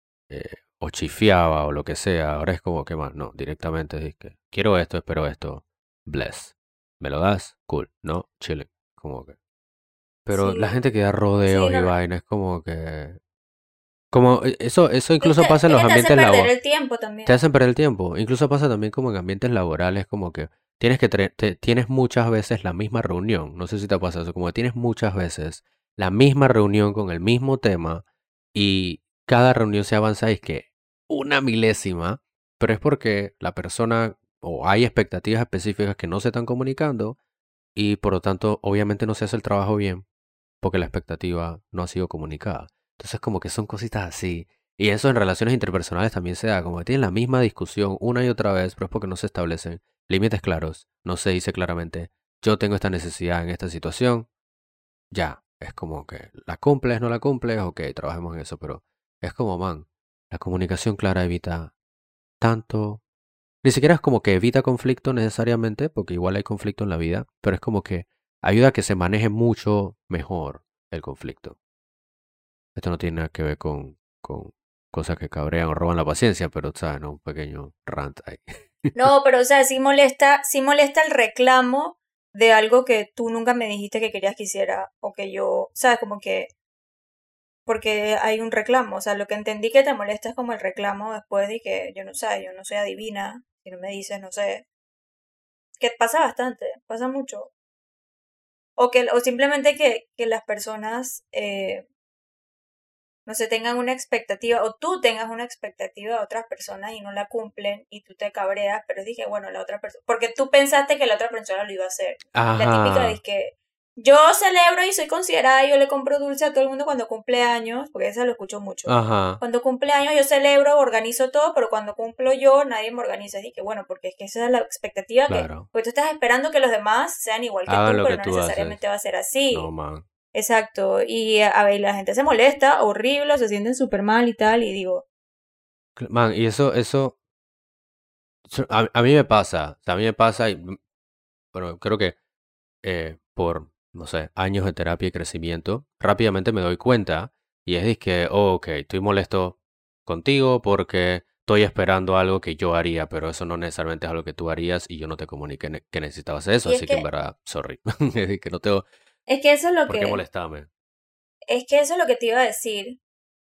o chifiaba o lo que sea, ahora es como que, man, no, directamente es disque, quiero esto, espero esto, bless, ¿me lo das? Cool, no, chile, como que. Pero la sí, gente que da sí, rodeos y no, no. vainas es como que. Como eso Es incluso que, pasa en es los que te hace ambientes perder laborales. el tiempo Te también. hacen perder el tiempo. Incluso pasa también como en ambientes laborales, como que tienes muchas veces la misma reunión. No sé si te pasa eso, como que tienes muchas veces la misma reunión con el mismo tema y cada reunión se avanza y es que una milésima, pero es porque la persona o hay expectativas específicas que no se están comunicando y por lo tanto obviamente no se hace el trabajo bien porque la expectativa no ha sido comunicada. Entonces como que son cositas así. Y eso en relaciones interpersonales también se da, como que tienen la misma discusión una y otra vez, pero es porque no se establecen límites claros, no se dice claramente, yo tengo esta necesidad en esta situación, ya, es como que la cumples, no la cumples, ok, trabajemos en eso, pero es como, man, la comunicación clara evita tanto, ni siquiera es como que evita conflicto necesariamente, porque igual hay conflicto en la vida, pero es como que ayuda a que se maneje mucho mejor el conflicto. Esto no tiene nada que ver con cosas que cabrean o roban la paciencia, pero, ¿sabes? ¿No? Un pequeño rant ahí. No, pero o sea, sí molesta el reclamo de algo que tú nunca me dijiste que querías que hiciera o que yo, sabes, como que porque hay un reclamo, o sea, lo que entendí que te molesta es como el reclamo después de que yo no sé, yo no soy adivina, si no me dices, no sé, que pasa bastante, pasa mucho, o simplemente que las personas no sé, tengan una expectativa o tú tengas una expectativa de otras personas y no la cumplen y tú te cabreas, pero dije, bueno, la otra persona, porque tú pensaste que la otra persona lo iba a hacer. La típica Ajá, es que yo celebro y soy considerada, yo le compro dulce a todo el mundo cuando cumple años, porque eso lo escucho mucho. ajá, Cuando cumple años yo celebro, organizo todo, pero cuando cumplo yo nadie me organiza. Dije, bueno, porque es que esa es la expectativa que, claro. pues tú estás esperando que los demás sean igual que Hagan tú, lo pero que no tú necesariamente haces. va a ser No, así. man. Exacto, y a ver, la gente se molesta, horrible, se sienten súper mal y tal, y digo, Man, y a mí me pasa. O sea, a mí me pasa y, bueno, creo que por, no sé, años de terapia y crecimiento, rápidamente me doy cuenta y es de que, oh, ok, estoy molesto contigo porque estoy esperando algo que yo haría, pero eso no necesariamente es algo que tú harías y yo no te comuniqué que necesitabas eso, y así que en verdad, sorry, es de que no tengo es que eso es lo por qué que, molestarme. es que eso es lo que te iba a decir,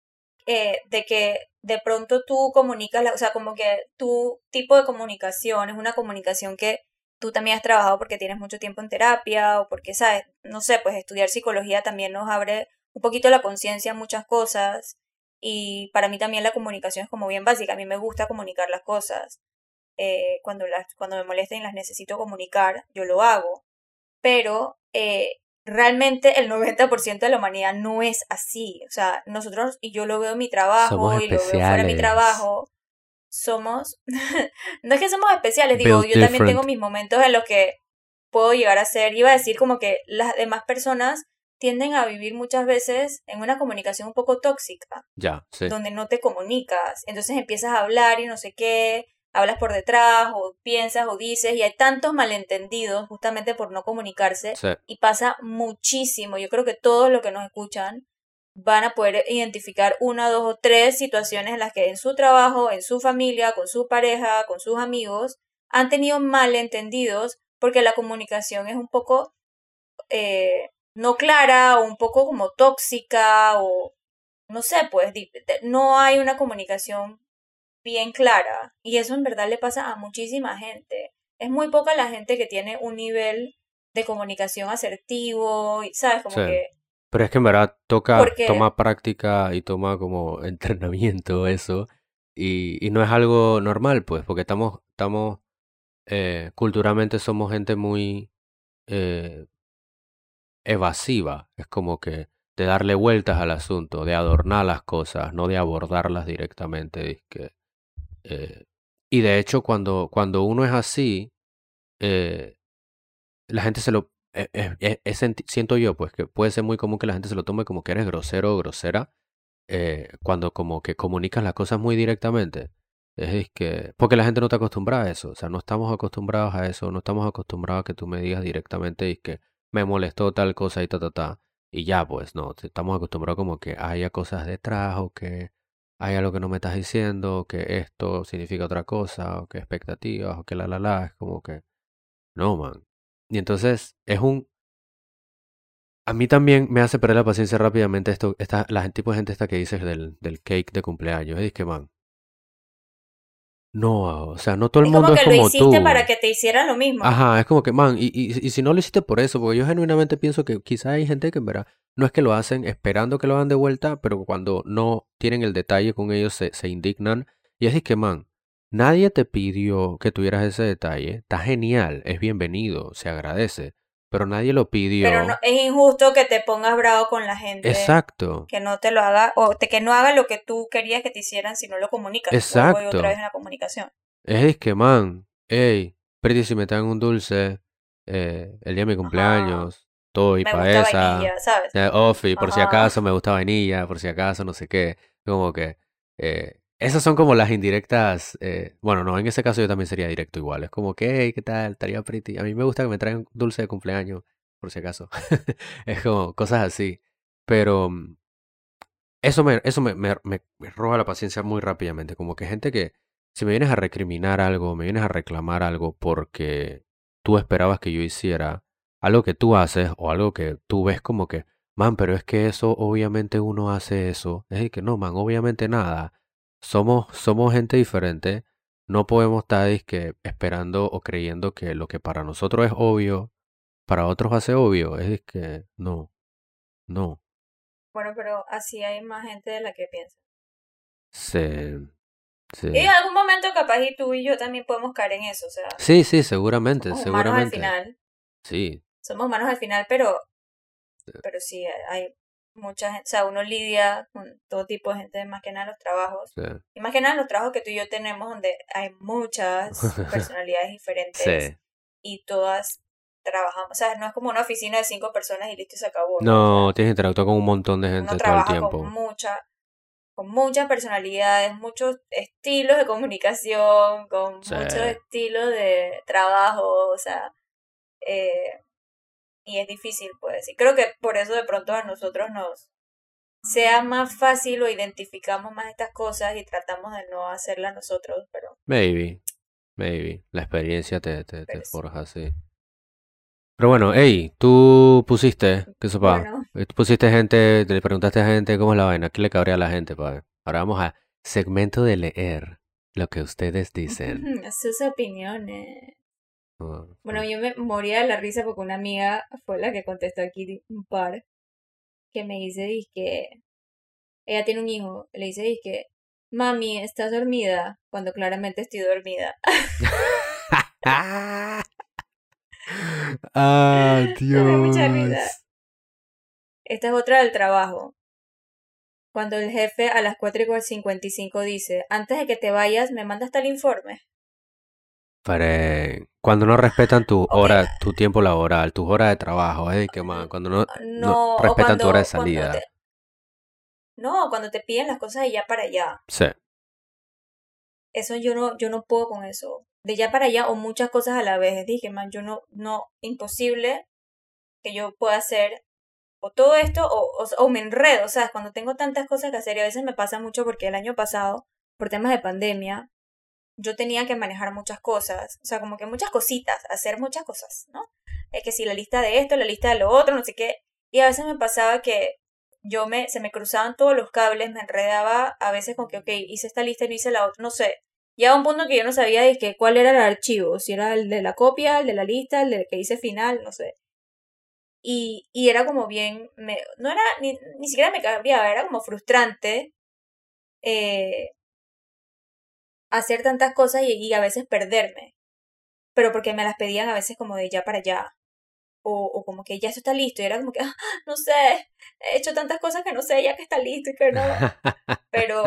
de que de pronto tú comunicas, o sea, como que tu tipo de comunicación es una comunicación que tú también has trabajado porque tienes mucho tiempo en terapia o porque, sabes, no sé, pues estudiar psicología también nos abre un poquito la conciencia a muchas cosas y para mí también la comunicación es como bien básica, a mí me gusta comunicar las cosas. Cuando me molestan y las necesito comunicar, yo lo hago. Pero realmente el 90% de la humanidad no es así. O sea, nosotros, y yo lo veo en mi Somos trabajo y lo veo fuera de mi especiales. trabajo, somos, no es que somos especiales, digo, Built yo también tengo different. mis momentos en los que puedo llegar a ser, iba a decir como que las demás personas tienden a vivir muchas veces en una comunicación un poco tóxica Ya, sí, donde no te comunicas. Entonces empiezas a hablar y no sé qué, hablas por detrás o piensas o dices y hay tantos malentendidos justamente por no comunicarse sí, y pasa muchísimo. Yo creo que todos los que nos escuchan van a poder identificar una, dos o tres situaciones en las que en su trabajo, en su familia, con su pareja, con sus amigos, han tenido malentendidos porque la comunicación es un poco no clara o un poco como tóxica o no sé, pues no hay una comunicación bien clara y eso en verdad le pasa a muchísima gente. Es muy poca la gente que tiene un nivel de comunicación asertivo y sabes sí. como que Pero es que en verdad porque toma práctica y toma como entrenamiento eso. Y no es algo normal, pues, porque culturalmente somos gente muy eh, evasiva. Es como que de darle vueltas al asunto, de adornar las cosas, no de abordarlas directamente. Dizque, eh, y de hecho, cuando uno es así, eh, la gente se lo... siento yo, pues, que puede ser muy común que la gente se lo tome como que eres grosero o grosera cuando como que comunicas las cosas muy directamente. Es que, porque la gente no está acostumbrada a eso, o sea, no estamos acostumbrados a eso, no estamos acostumbrados a que tú me digas directamente y que me molestó tal cosa y ta, ta, ta, y ya, pues, no, estamos acostumbrados como que haya cosas detrás o que hay algo que no me estás diciendo, o que esto significa otra cosa, o que expectativas, o que la, es como que, no, man. Y entonces a mí también me hace perder la paciencia rápidamente el tipo de gente esta que dices del cake de cumpleaños. Es que, man, no, o sea, no todo el es como mundo es que lo como hiciste para tú. que te hicieran lo mismo. Ajá, es como que, man, y si no lo hiciste por eso, porque yo genuinamente pienso que quizá hay gente que en verdad no es que lo hacen esperando que lo hagan de vuelta, pero cuando no tienen el detalle con ellos se indignan. Y es de que, man, nadie te pidió que tuvieras ese detalle. Está genial, es bienvenido, se agradece. pero nadie lo Pero no, pidió. es injusto que te pongas bravo con la gente Exacto, que no te lo haga o que no haga lo que tú querías que te hicieran si no lo comunicas. Vuelvo y otra vez exacto. en la comunicación. Es que, man, hey, pretty si me dan un dulce, el día de mi Ajá. cumpleaños, todo y Me pa' gusta esa, vainilla, ¿sabes? off, y por si Ajá. acaso me gusta vainilla, por si acaso no sé qué, como que, esas son como las indirectas, bueno, no, en ese caso yo también sería directo igual, es como que, hey, ¿qué tal? Estaría pretty, a mí me gusta que me traigan dulce de cumpleaños, por si acaso, es como cosas así, pero eso me roba la paciencia muy rápidamente. Como que gente que, si me vienes a recriminar algo, me vienes a reclamar algo porque tú esperabas que yo hiciera algo que tú haces o algo que tú ves como que, man, pero es que eso, obviamente uno hace eso. Es decir, que no, man, obviamente nada. Somos gente diferente. No podemos estar dizque, esperando o creyendo que lo que para nosotros es obvio, para otros hace obvio. Es que no, no. Bueno, pero así hay más gente de la que piensa. Se, Y en se, algún momento capaz y tú y yo también podemos caer en eso. O sea, Sí, sí, seguramente, somos humanos al seguramente. final. Sí, Somos humanos al final, pero sí, hay mucha gente. O sea, uno lidia con todo tipo de gente, más que nada en los trabajos. sí. Y más que nada en los trabajos que tú y yo tenemos, donde hay muchas personalidades diferentes Sí. y todas trabajamos. O sea, no es como una oficina de 5 personas y listo y se acabó, ¿no? O No, sea, tienes que interactuar con un montón de uno gente todo el trabaja tiempo. con muchas personalidades, muchos estilos de comunicación, con Sí. muchos estilos de trabajo, o sea, eh, y es difícil, pues. Y creo que por eso de pronto a nosotros nos sea más fácil o identificamos más estas cosas y tratamos de no hacerlas nosotros, Maybe, maybe. La experiencia te pero sí. forja así. Pero bueno, hey, tú pusiste, ¿qué sopa? Bueno, Tú pusiste gente, te le preguntaste a gente cómo es la vaina, ¿qué le cabría a la gente, pa? Ahora vamos a segmento de leer lo que ustedes dicen. sus opiniones. Ah, Bueno, ah. yo me moría de la risa porque una amiga fue la que contestó aquí un par que me dice, que ella tiene un hijo, le dice, que mami, ¿estás dormida? Cuando claramente estoy dormida. Ah, Me da mucha risa. Dios. Esta es otra del trabajo. Cuando el jefe a las 4:55 dice, antes de que te vayas, me mandas tal informe. Cuando no respetan tu Ok, hora, tu tiempo laboral, tus horas de trabajo, es de que man, cuando no no, o respetan tu hora de cuando salida. cuando te piden las cosas de ya para allá. Sí, Eso yo no puedo con eso. De ya para allá o muchas cosas a la vez. Dije, man, yo no, imposible que yo pueda hacer o todo esto o me enredo, ¿sabes? Cuando tengo tantas cosas que hacer y a veces me pasa mucho porque el año pasado, por temas de pandemia, yo tenía que manejar muchas cosas, o sea, como que muchas cositas, hacer muchas cosas, ¿no? Es que si la lista de esto, la lista de lo otro, no sé qué, y a veces me pasaba que se me cruzaban todos los cables, me enredaba a veces con que, ok, hice esta lista y no hice la otra, no sé. Llegaba un punto que yo no sabía de que cuál era el archivo, si era el de la copia, el de la lista, el de que hice final, no sé. Y era como bien, no era, ni siquiera me cambiaba, era como frustrante eh, hacer tantas cosas y a veces perderme, pero porque me las pedían a veces como de ya para allá, o como que ya eso está listo, y era como que, "Ah, no sé, he hecho tantas cosas que no sé ya que está listo y que no, pero,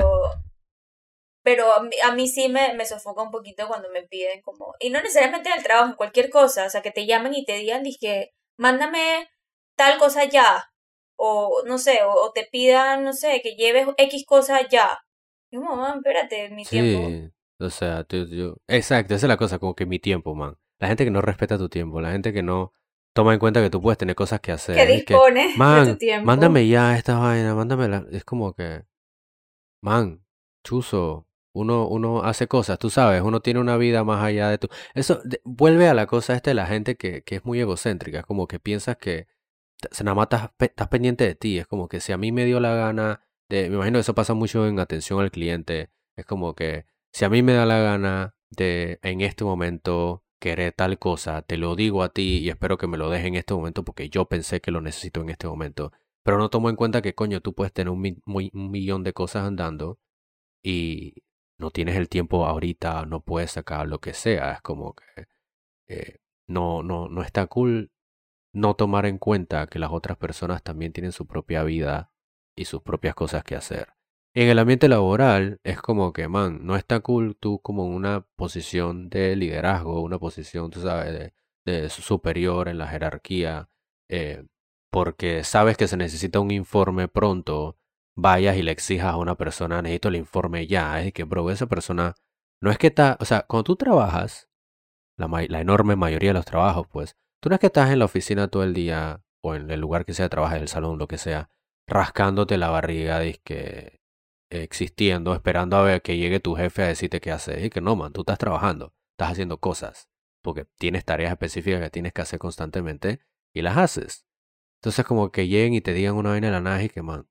pero a mí sí me sofoca un poquito cuando me piden como, y no necesariamente en el trabajo, en cualquier cosa, o sea, que te llamen y te digan, dije, mándame tal cosa ya, o no sé, o te pidan, no sé, que lleves X cosa ya. Y como, mamá, espérate, mi tiempo. sí, o sea, exacto, esa es la cosa, como que mi tiempo, man. La gente que no respeta tu tiempo, la gente que no toma en cuenta que tú puedes tener cosas que Que hacer, es que, dispones de tu man, tiempo. mándame ya esta vaina, mándamela, es como que, man, chuzo, uno hace cosas, tú sabes, uno tiene una vida más allá de tu... Eso vuelve a la cosa esta de la gente que es muy egocéntrica, es como que piensas que se nada más estás pendiente de ti, es como que si a mí me dio la gana me imagino que eso pasa mucho en atención al cliente, es como que si a mí me da la gana de en este momento querer tal cosa, te lo digo a ti y espero que me lo dejes en este momento porque yo pensé que lo necesito en este momento. Pero no tomo en cuenta que, coño, tú puedes tener un millón de cosas andando y no tienes el tiempo ahorita, no puedes sacar lo que sea. Es como que no está cool no tomar en cuenta que las otras personas también tienen su propia vida y sus propias cosas que hacer. En el ambiente laboral es como que, man, no está cool tú como en una posición de liderazgo, una posición, tú sabes, de superior en la jerarquía, eh, porque sabes que se necesita un informe pronto, vayas y le exijas a una persona, necesito el informe ya, es que, bro, esa persona no es que está, o sea, cuando tú trabajas, la enorme mayoría de los trabajos, pues, tú no es que estás en la oficina todo el día o en el lugar que sea, trabajas en el salón, lo que sea, rascándote la barriga, que existiendo, esperando a ver que llegue tu jefe a decirte qué hacer. Y que no, man, tú estás trabajando, estás haciendo cosas, porque tienes tareas específicas que tienes que hacer constantemente y las haces. Entonces, como que lleguen y te digan una vaina de la nada y que, man,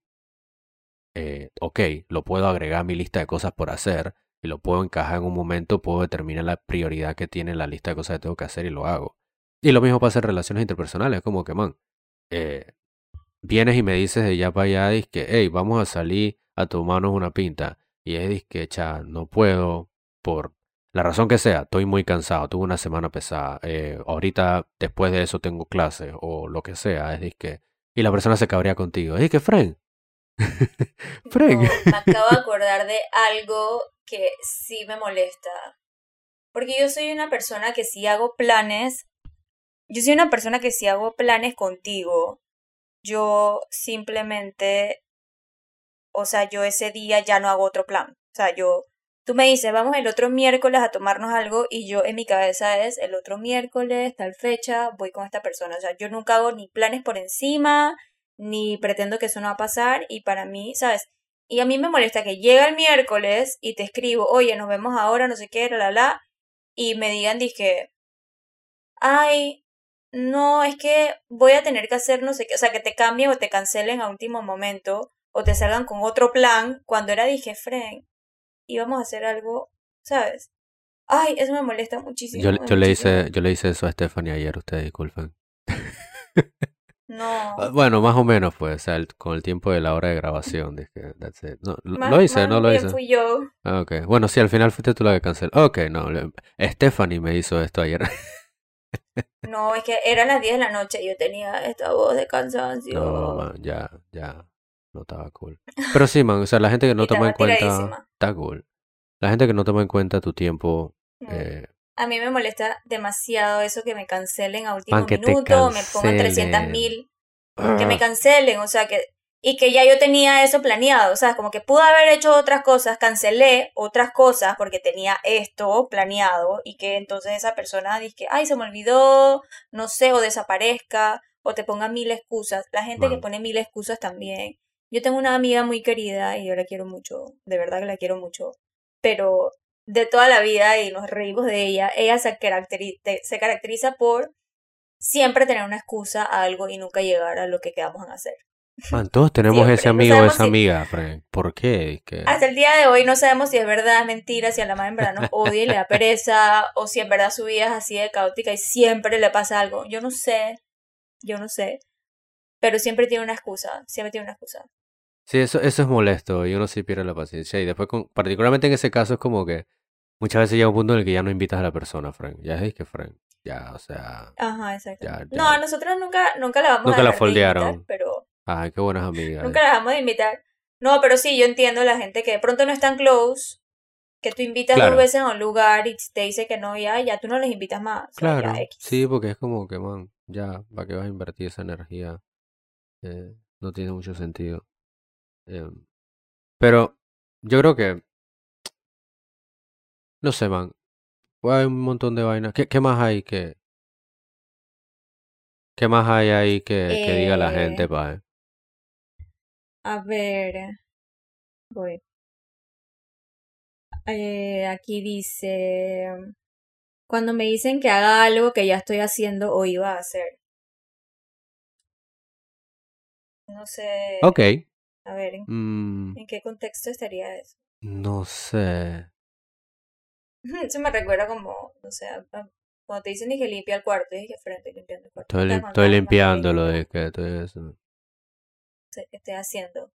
ok, lo puedo agregar a mi lista de cosas por hacer y lo puedo encajar en un momento, puedo determinar la prioridad que tiene la lista de cosas que tengo que hacer y lo hago. Y lo mismo pasa en relaciones interpersonales, como que, man, eh, vienes y me dices de ya para allá, es que, hey, vamos a salir a tomarnos una pinta. Y es que, cha, no puedo, por la razón que sea, estoy muy cansado, tuve una semana pesada, ahorita después de eso tengo clases o lo que sea, es que, y la persona se cabrea contigo, es que, Fren, Fren. No, me acabo de acordar de algo que sí me molesta. Porque yo soy una persona que si hago planes, yo soy una persona que si hago planes contigo, yo simplemente, o sea, yo ese día ya no hago otro plan. O sea, tú me dices, vamos el otro miércoles a tomarnos algo y yo en mi cabeza es el otro miércoles, tal fecha, voy con esta persona. O sea, yo nunca hago ni planes por encima, ni pretendo que eso no va a pasar y para mí, ¿sabes? Y a mí me molesta que llega el miércoles y te escribo, oye, nos vemos ahora, no sé qué, y me digan, dije, ay, no, es que voy a tener que hacer no sé qué, o sea, que te cambien o te cancelen a último momento o te salgan con otro plan cuando era, dije, Fren, íbamos a hacer algo, ¿sabes? Ay, eso me molesta Yo, muchísimo, yo le muchísimo. hice, yo le hice eso a Stephanie ayer, ustedes disculpen. No, Bueno, más o menos fue, o sea, con el tiempo de la hora de grabación, dije, that's it. No, lo más, hice, no más lo bien hice. fui yo. Ah, ok. Bueno, sí, al final fuiste tú la que canceló. Ok, no. Stephanie me hizo esto ayer. No, es que eran las 10 de la noche y yo tenía esta voz de No, cansancio man, ya, ya. No estaba cool. Pero sí, man, o sea, la gente que y no toma en estaba cuenta, tiradísima. está cool. La gente que no toma en cuenta tu tiempo, Mm. eh, A mí me molesta demasiado eso que me cancelen a man, último que te minuto, me pongan 300 cancelen. mil, que me Ah, cancelen, o sea, y que ya yo tenía eso planeado, o sea, como que pude haber hecho otras cosas, cancelé otras cosas porque tenía esto planeado y que entonces esa persona dice, ay, se me olvidó, no sé, o desaparezca, o te ponga mil excusas. La gente que man. pone mil excusas también. Yo tengo una amiga muy querida y yo la quiero mucho, de verdad que la quiero mucho, pero de toda la vida y nos reímos de ella, ella se caracteriza por siempre tener una excusa a algo y nunca llegar a lo que quedamos en hacer. Man, todos tenemos ese Siempre. No amigo o sabemos esa si, amiga, Frank. ¿Por qué? Es que, hasta el día de hoy no sabemos si es verdad, es mentira, si a la madre en verdad nos odia y le da pereza, o si en verdad su vida es así de caótica y siempre le pasa algo. Yo no sé, pero siempre tiene una excusa, siempre tiene una excusa. sí, eso es molesto y uno sí pierde la paciencia. Y después, particularmente en ese caso, es como que muchas veces llega un punto en el que ya no invitas a la persona, Frank. Ya es que, Frank, ya, o sea, Ajá, exacto. ya, No, a nosotros nunca la vamos a nunca la dejar de invitar, foldearon. pero Ay, qué buenas amigas. nunca la dejamos de invitar. No, pero sí, yo entiendo la gente que de pronto no es tan close, que tú invitas dos Claro, veces a un lugar y te dice que no, ya tú no les invitas más. O sea, ya claro. Sí, X. porque es como que, man, ya, ¿para qué vas a invertir esa energía? No tiene mucho sentido. Eh, pero yo creo que, no sé, man, hay un montón de vainas. ¿Qué más hay qué más hay ahí que diga la Eh, gente, pa? a ver, voy. Aquí dice, cuando me dicen que haga algo que ya estoy haciendo o iba a hacer. No sé, Ok. a ver, Mm, ¿en qué contexto estaría eso? no sé. Eso me recuerda como, no sé, cuando te dicen que limpia el cuarto, dije que frente limpiando el cuarto. Nunca Estoy me imaginé limpiando lo como, de que sé qué estoy haciendo.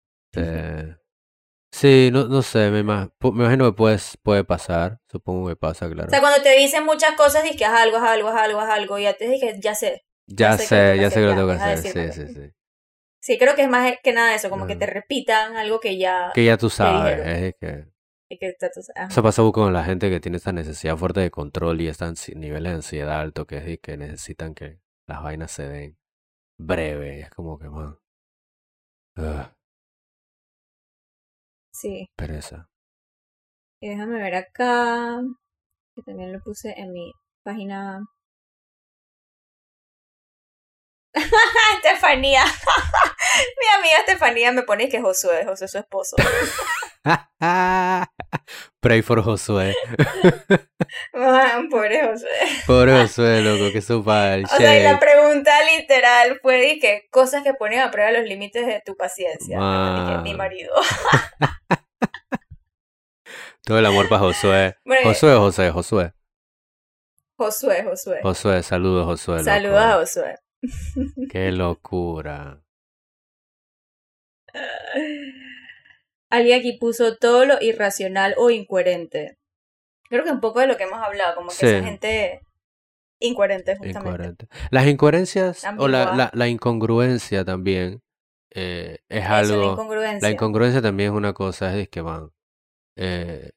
sí, no sé, me imagino que puede pasar. Supongo que pasa, O sea, claro. cuando te dicen muchas cosas, dices que haz algo, haz algo, haz algo, haz algo, y ya te dije, ya sé. Ya sé que lo tengo que ya sé hacer, que lo ya, tengo que deja de hacer. Sí, decírmelo. sí, sí. Sí, creo que es más que nada eso, como que te Ah, repitan algo que ya que ya tú te sabes, dijeron. es que Y que eso ajá. pasa mucho con la gente que tiene esta necesidad fuerte de control y están niveles de ansiedad alto, que es y que necesitan que las vainas se den breve. Es como que, man, ugh, Sí. pereza. Y déjame ver acá, que también lo puse en mi página. Estefanía. Mi amiga Estefanía me pone que Josué es su esposo. Pray for Josué. Ah, pobre Josué. Pobre Josué, loco, que sopa el O sea, y la shade. pregunta literal fue de que cosas que ponen a prueba los límites de tu paciencia. Me pone que mi Man. marido. Todo el amor para Josué. Bueno, Josué, José, Josué. Josué. Josué, saludos, Josué, Saludos a loco. Josué. Qué locura. Alguien aquí puso todo lo irracional o incoherente. Creo que un poco de lo que hemos hablado, como que esa Sí, gente incoherente justamente. incoherente. Las incoherencias o Ambigua. la incongruencia también es Eso, la algo. La incongruencia. incongruencia también es una cosa, es que man. eh,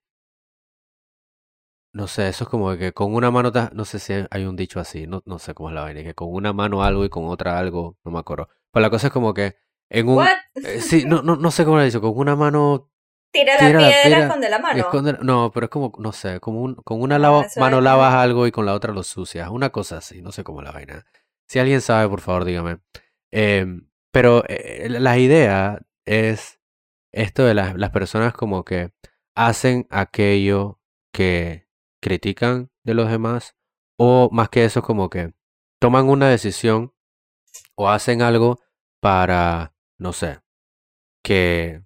no sé, eso es como que con una mano, no sé si hay un dicho así, no sé cómo es la vaina, que con una mano algo y con otra algo, no me acuerdo. Pero la cosa es como que en un, ¿What? sí, no sé cómo lo dicho, con una mano Tira la tira la piedra, piedra esconde la y mano. esconde, no, pero es como, no sé, como con una No, eso mano es lavas mejor. algo y con la otra lo sucias, una cosa así, no sé cómo es la vaina. Si alguien sabe, por favor, dígame. Pero la idea es esto de las personas como que hacen aquello que critican de los demás, o más que eso, como que toman una decisión o hacen algo para, no sé, que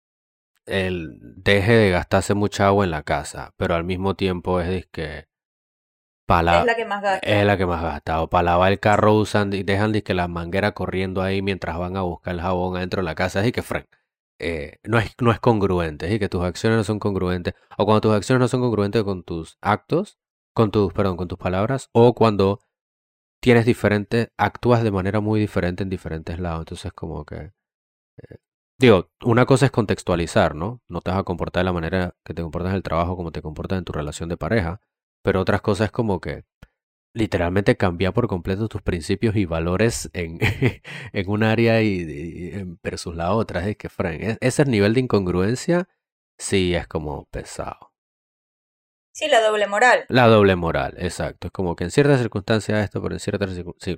él deje de gastarse mucha agua en la casa, pero al mismo tiempo es que Es para la que más es gasta. la que más gasta. O para lavar el carro usan y dejan que la manguera corriendo ahí mientras van a buscar el jabón adentro de la casa. Así que, Frank, no es congruente. Es que tus acciones no son congruentes. O cuando tus acciones no son congruentes con tus actos, con tus palabras, o cuando tienes diferentes, actúas de manera muy diferente en diferentes lados. Entonces, como que digo, una cosa es contextualizar, ¿no? No te vas a comportar de la manera que te comportas en el trabajo como te comportas en tu relación de pareja, pero otras cosas es como que literalmente cambiar por completo tus principios y valores en, en un área versus la otra. Es que, Frank, ese nivel de incongruencia sí es como pesado. Sí, la doble moral. La doble moral, exacto. Es como que en ciertas circunstancias esto, pero en ciertas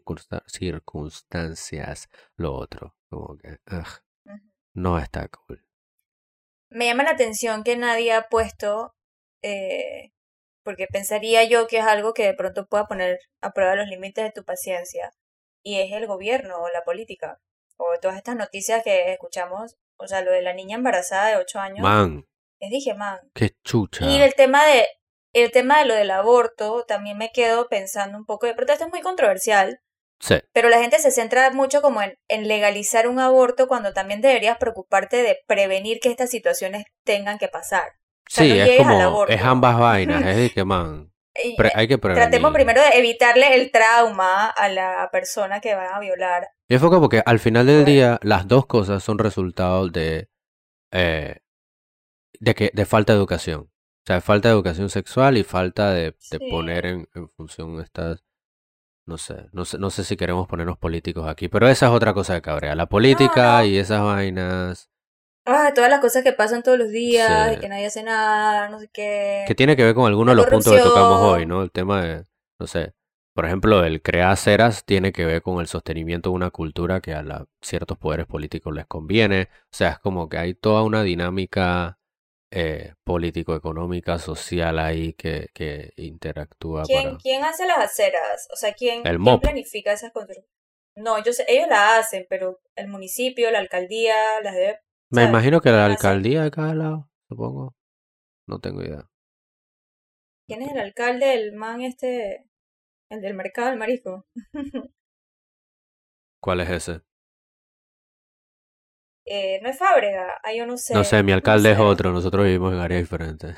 circunstancias lo otro. Como que, ugh, Ujú. no está cool. Me llama la atención que nadie ha puesto, eh, porque pensaría yo que es algo que de pronto pueda poner a prueba los límites de tu paciencia, y es el gobierno o la política, o todas estas noticias que escuchamos, o sea, lo de la niña embarazada de 8 años, Man, les dije, man. qué Y chucha. el tema de lo del aborto, también me quedo pensando un poco, de pronto esto es muy controversial, Sí, pero la gente se centra mucho como en legalizar un aborto cuando también deberías preocuparte de prevenir que estas situaciones tengan que pasar. O sea, no sí, es llegues al como, es aborto. ambas vainas, es de que, man, Y, hay que tratemos prevenir. primero de evitarle el trauma a la persona que van a violar. Y es porque al final del Pues, día, las dos cosas son resultado eh, de falta de educación. O sea, falta de educación sexual y falta de poner sí. en función estas, no sé si queremos ponernos políticos aquí, pero esa es otra cosa de cabrea. La No, política no. y esas vainas, Todas las cosas que pasan todos los días y se, que nadie hace nada, no sé que qué. tiene que ver con algunos La de los puntos que tocamos hoy, corrupción. ¿no? El tema de, no sé, por ejemplo, el crear aceras tiene que ver con el sostenimiento de una cultura que a ciertos poderes políticos les conviene. O sea, es como que hay toda una dinámica político-económica, social ahí que interactúa para ¿Quién hace las aceras? O sea, el quién MOP. planifica esas construcciones? No, ellos la hacen, pero el municipio, la alcaldía, las debe, Me ¿sabes? imagino que la ¿Quién hace? alcaldía de cada lado, supongo. No tengo idea. No ¿Quién es el tengo- alcalde, el man este, el del mercado del marisco? ¿Cuál es ese? No es Fábrega, yo No sé, mi no alcalde es sé, otro, nosotros vivimos en áreas diferentes.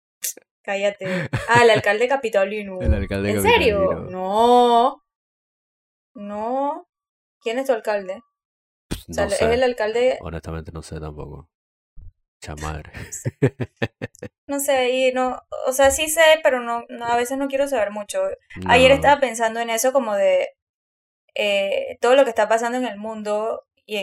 cállate. El alcalde capitalino. El alcalde ¿En serio? capitalino. No. No. ¿Quién es tu alcalde? O sea, No es el sé. alcalde. Honestamente no sé tampoco. Chamadre. No sé, y no. O sea, sí sé, pero a veces no quiero saber mucho. Ayer No. estaba pensando en eso como de todo lo que está pasando en el mundo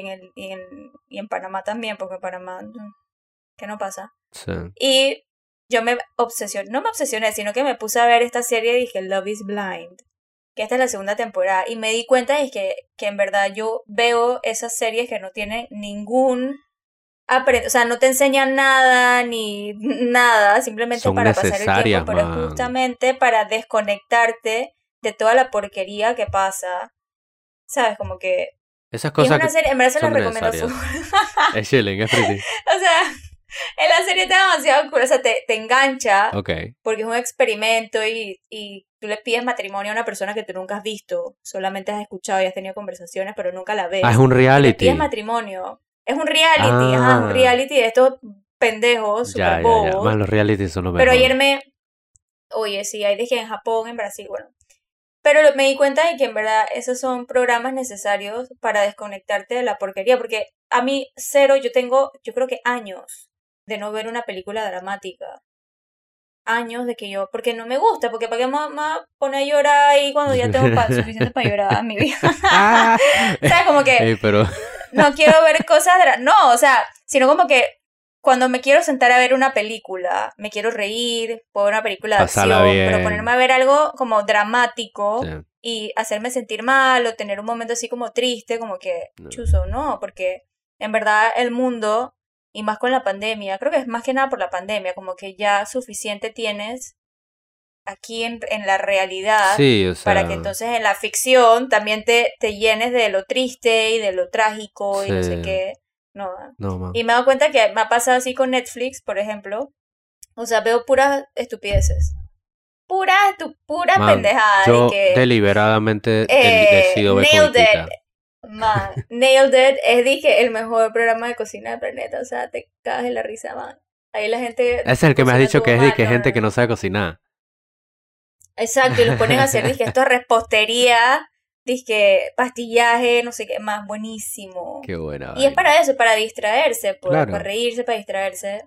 y en Panamá también, porque en Panamá, ¿qué no pasa? Sí. Y yo no me obsesioné, sino que me puse a ver esta serie y dije Love is Blind, que esta es la segunda temporada, y me di cuenta de que en verdad yo veo esas series que no tienen ningún o sea, no te enseñan nada ni nada, simplemente Son para pasar el tiempo, necesarias, pero es man. justamente para desconectarte de toda la porquería que pasa, ¿sabes? Como que... Esas Y es cosas una que serie, en verdad se la son recomiendo full. necesarias. Es chilling, es pretty. O sea, en la serie está demasiado cool, o sea, te engancha Ok. porque es un experimento y tú le pides matrimonio a una persona que tú nunca has visto, solamente has escuchado y has tenido conversaciones, pero nunca la Ah, es ves. un Y le pides reality. matrimonio. Es un reality, ajá, es un Ah. reality de estos pendejos, super Ya, ya, ya. bobos. Man, los realities son lo Pero mejor. ayer oye, sí, hay dije en Japón, en Brasil, bueno. Pero me di cuenta de que en verdad esos son programas necesarios para desconectarte de la porquería, porque a mí cero, yo creo que años de no ver una película dramática. Años de que porque no me gusta, porque para qué mamá pone a llorar ahí cuando ya tengo suficiente para llorar en mi vida. O sea, como que Pero no quiero ver cosas, no, o sea, sino como que cuando me quiero sentar a ver una película, me quiero reír, puedo ver una película de pasarla acción, pero ponerme bien. a ver algo como Sí. dramático y hacerme sentir mal o tener un momento así como triste, como que No. chuzo, no, porque en verdad el mundo, y más con la pandemia, creo que es más que nada por la pandemia, como que ya suficiente tienes aquí en la realidad Sí, o para que sea, entonces en la ficción también te llenes de lo triste y de lo trágico y sí. no sé qué. No. No, man. Y me he dado cuenta que me ha pasado así con Netflix, por ejemplo. O sea, veo puras estupideces. Pura Man, pendejada. Y yo que deliberadamente decido ver Nailed It. comiquita. Man, Nailed It es, dije, el mejor programa de cocina del planeta. O sea, te cagas de la risa, man. Ahí la gente Ese es el que me has cocina dicho que todo es de mal. que No, gente no, que no no. sabe cocinar. Exacto, y los ponen a hacer, dije, esto es repostería, dije, pastillaje, no sé qué más, buenísimo. Qué buena Y es vaina. para eso, para distraerse, pues, para Claro. reírse, para distraerse.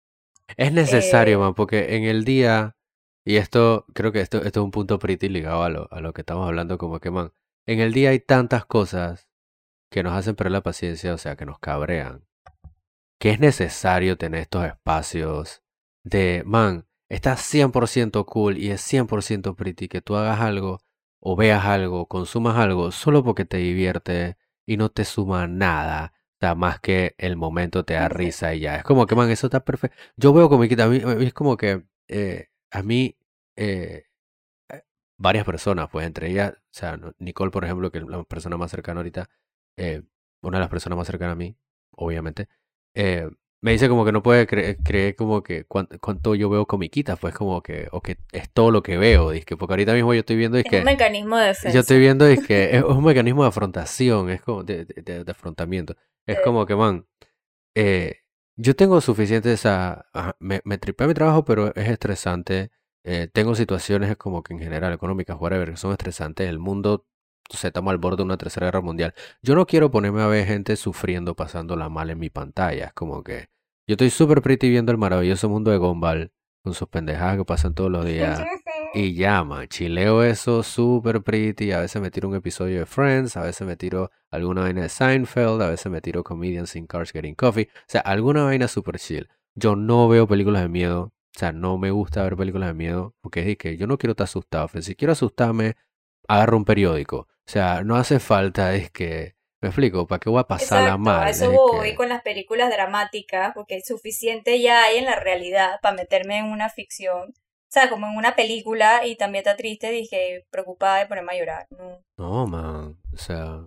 Es necesario, Eh, man, porque en el día, y esto, creo que esto es un punto pretty ligado a lo que estamos hablando, como que, man, en el día hay tantas cosas que nos hacen perder la paciencia, o sea, que nos cabrean, que es necesario tener estos espacios de, man, está 100% cool y es 100% pretty que tú hagas algo o veas algo, consumas algo, solo porque te divierte y no te suma nada. O sea, más que el momento te da risa y ya. Es como que, man, eso está perfecto. Yo veo comiquita, a mí es como que, a mí, eh, varias personas, pues entre ellas, o sea, Nicole, por ejemplo, que es la persona más cercana ahorita, eh, una de las personas más cercanas a mí, obviamente, eh, me dice como que no puede creer como que cuánto yo veo comiquitas, pues como que, o que es todo lo que veo, dizque, porque ahorita mismo yo estoy viendo, es es un que, mecanismo de yo estoy defensa. viendo, es que es un mecanismo de afrontación, es como de afrontamiento, es como que, man, eh, yo tengo suficiente esa... me tripea mi trabajo, pero es estresante. Tengo situaciones como que en general, económicas, whatever, que son estresantes. El mundo, o sea, estamos al borde de una tercera guerra mundial. Yo no quiero ponerme a ver gente sufriendo, pasándola mal en mi pantalla. Es como que yo estoy súper pretty viendo el maravilloso mundo de Gumball, con sus pendejadas que pasan todos los días. Y ya, man, chileo eso súper pretty. A veces me tiro un episodio de Friends, a veces me tiro alguna vaina de Seinfeld, a veces me tiro Comedians in Cars Getting Coffee. O sea, alguna vaina súper chill. Yo no veo películas de miedo. O sea, no me gusta ver películas de miedo porque es que yo no quiero estar asustado. Pero si quiero asustarme, agarro un periódico. O sea, no hace falta, es que... Me explico, ¿para qué voy a pasarla Exacto, a mal? eso Es voy que... con las películas dramáticas, porque suficiente ya hay en la realidad para meterme en una ficción. O sea, como en una película y también está triste, dije, preocupada de ponerme a llorar. No. No, man. O sea...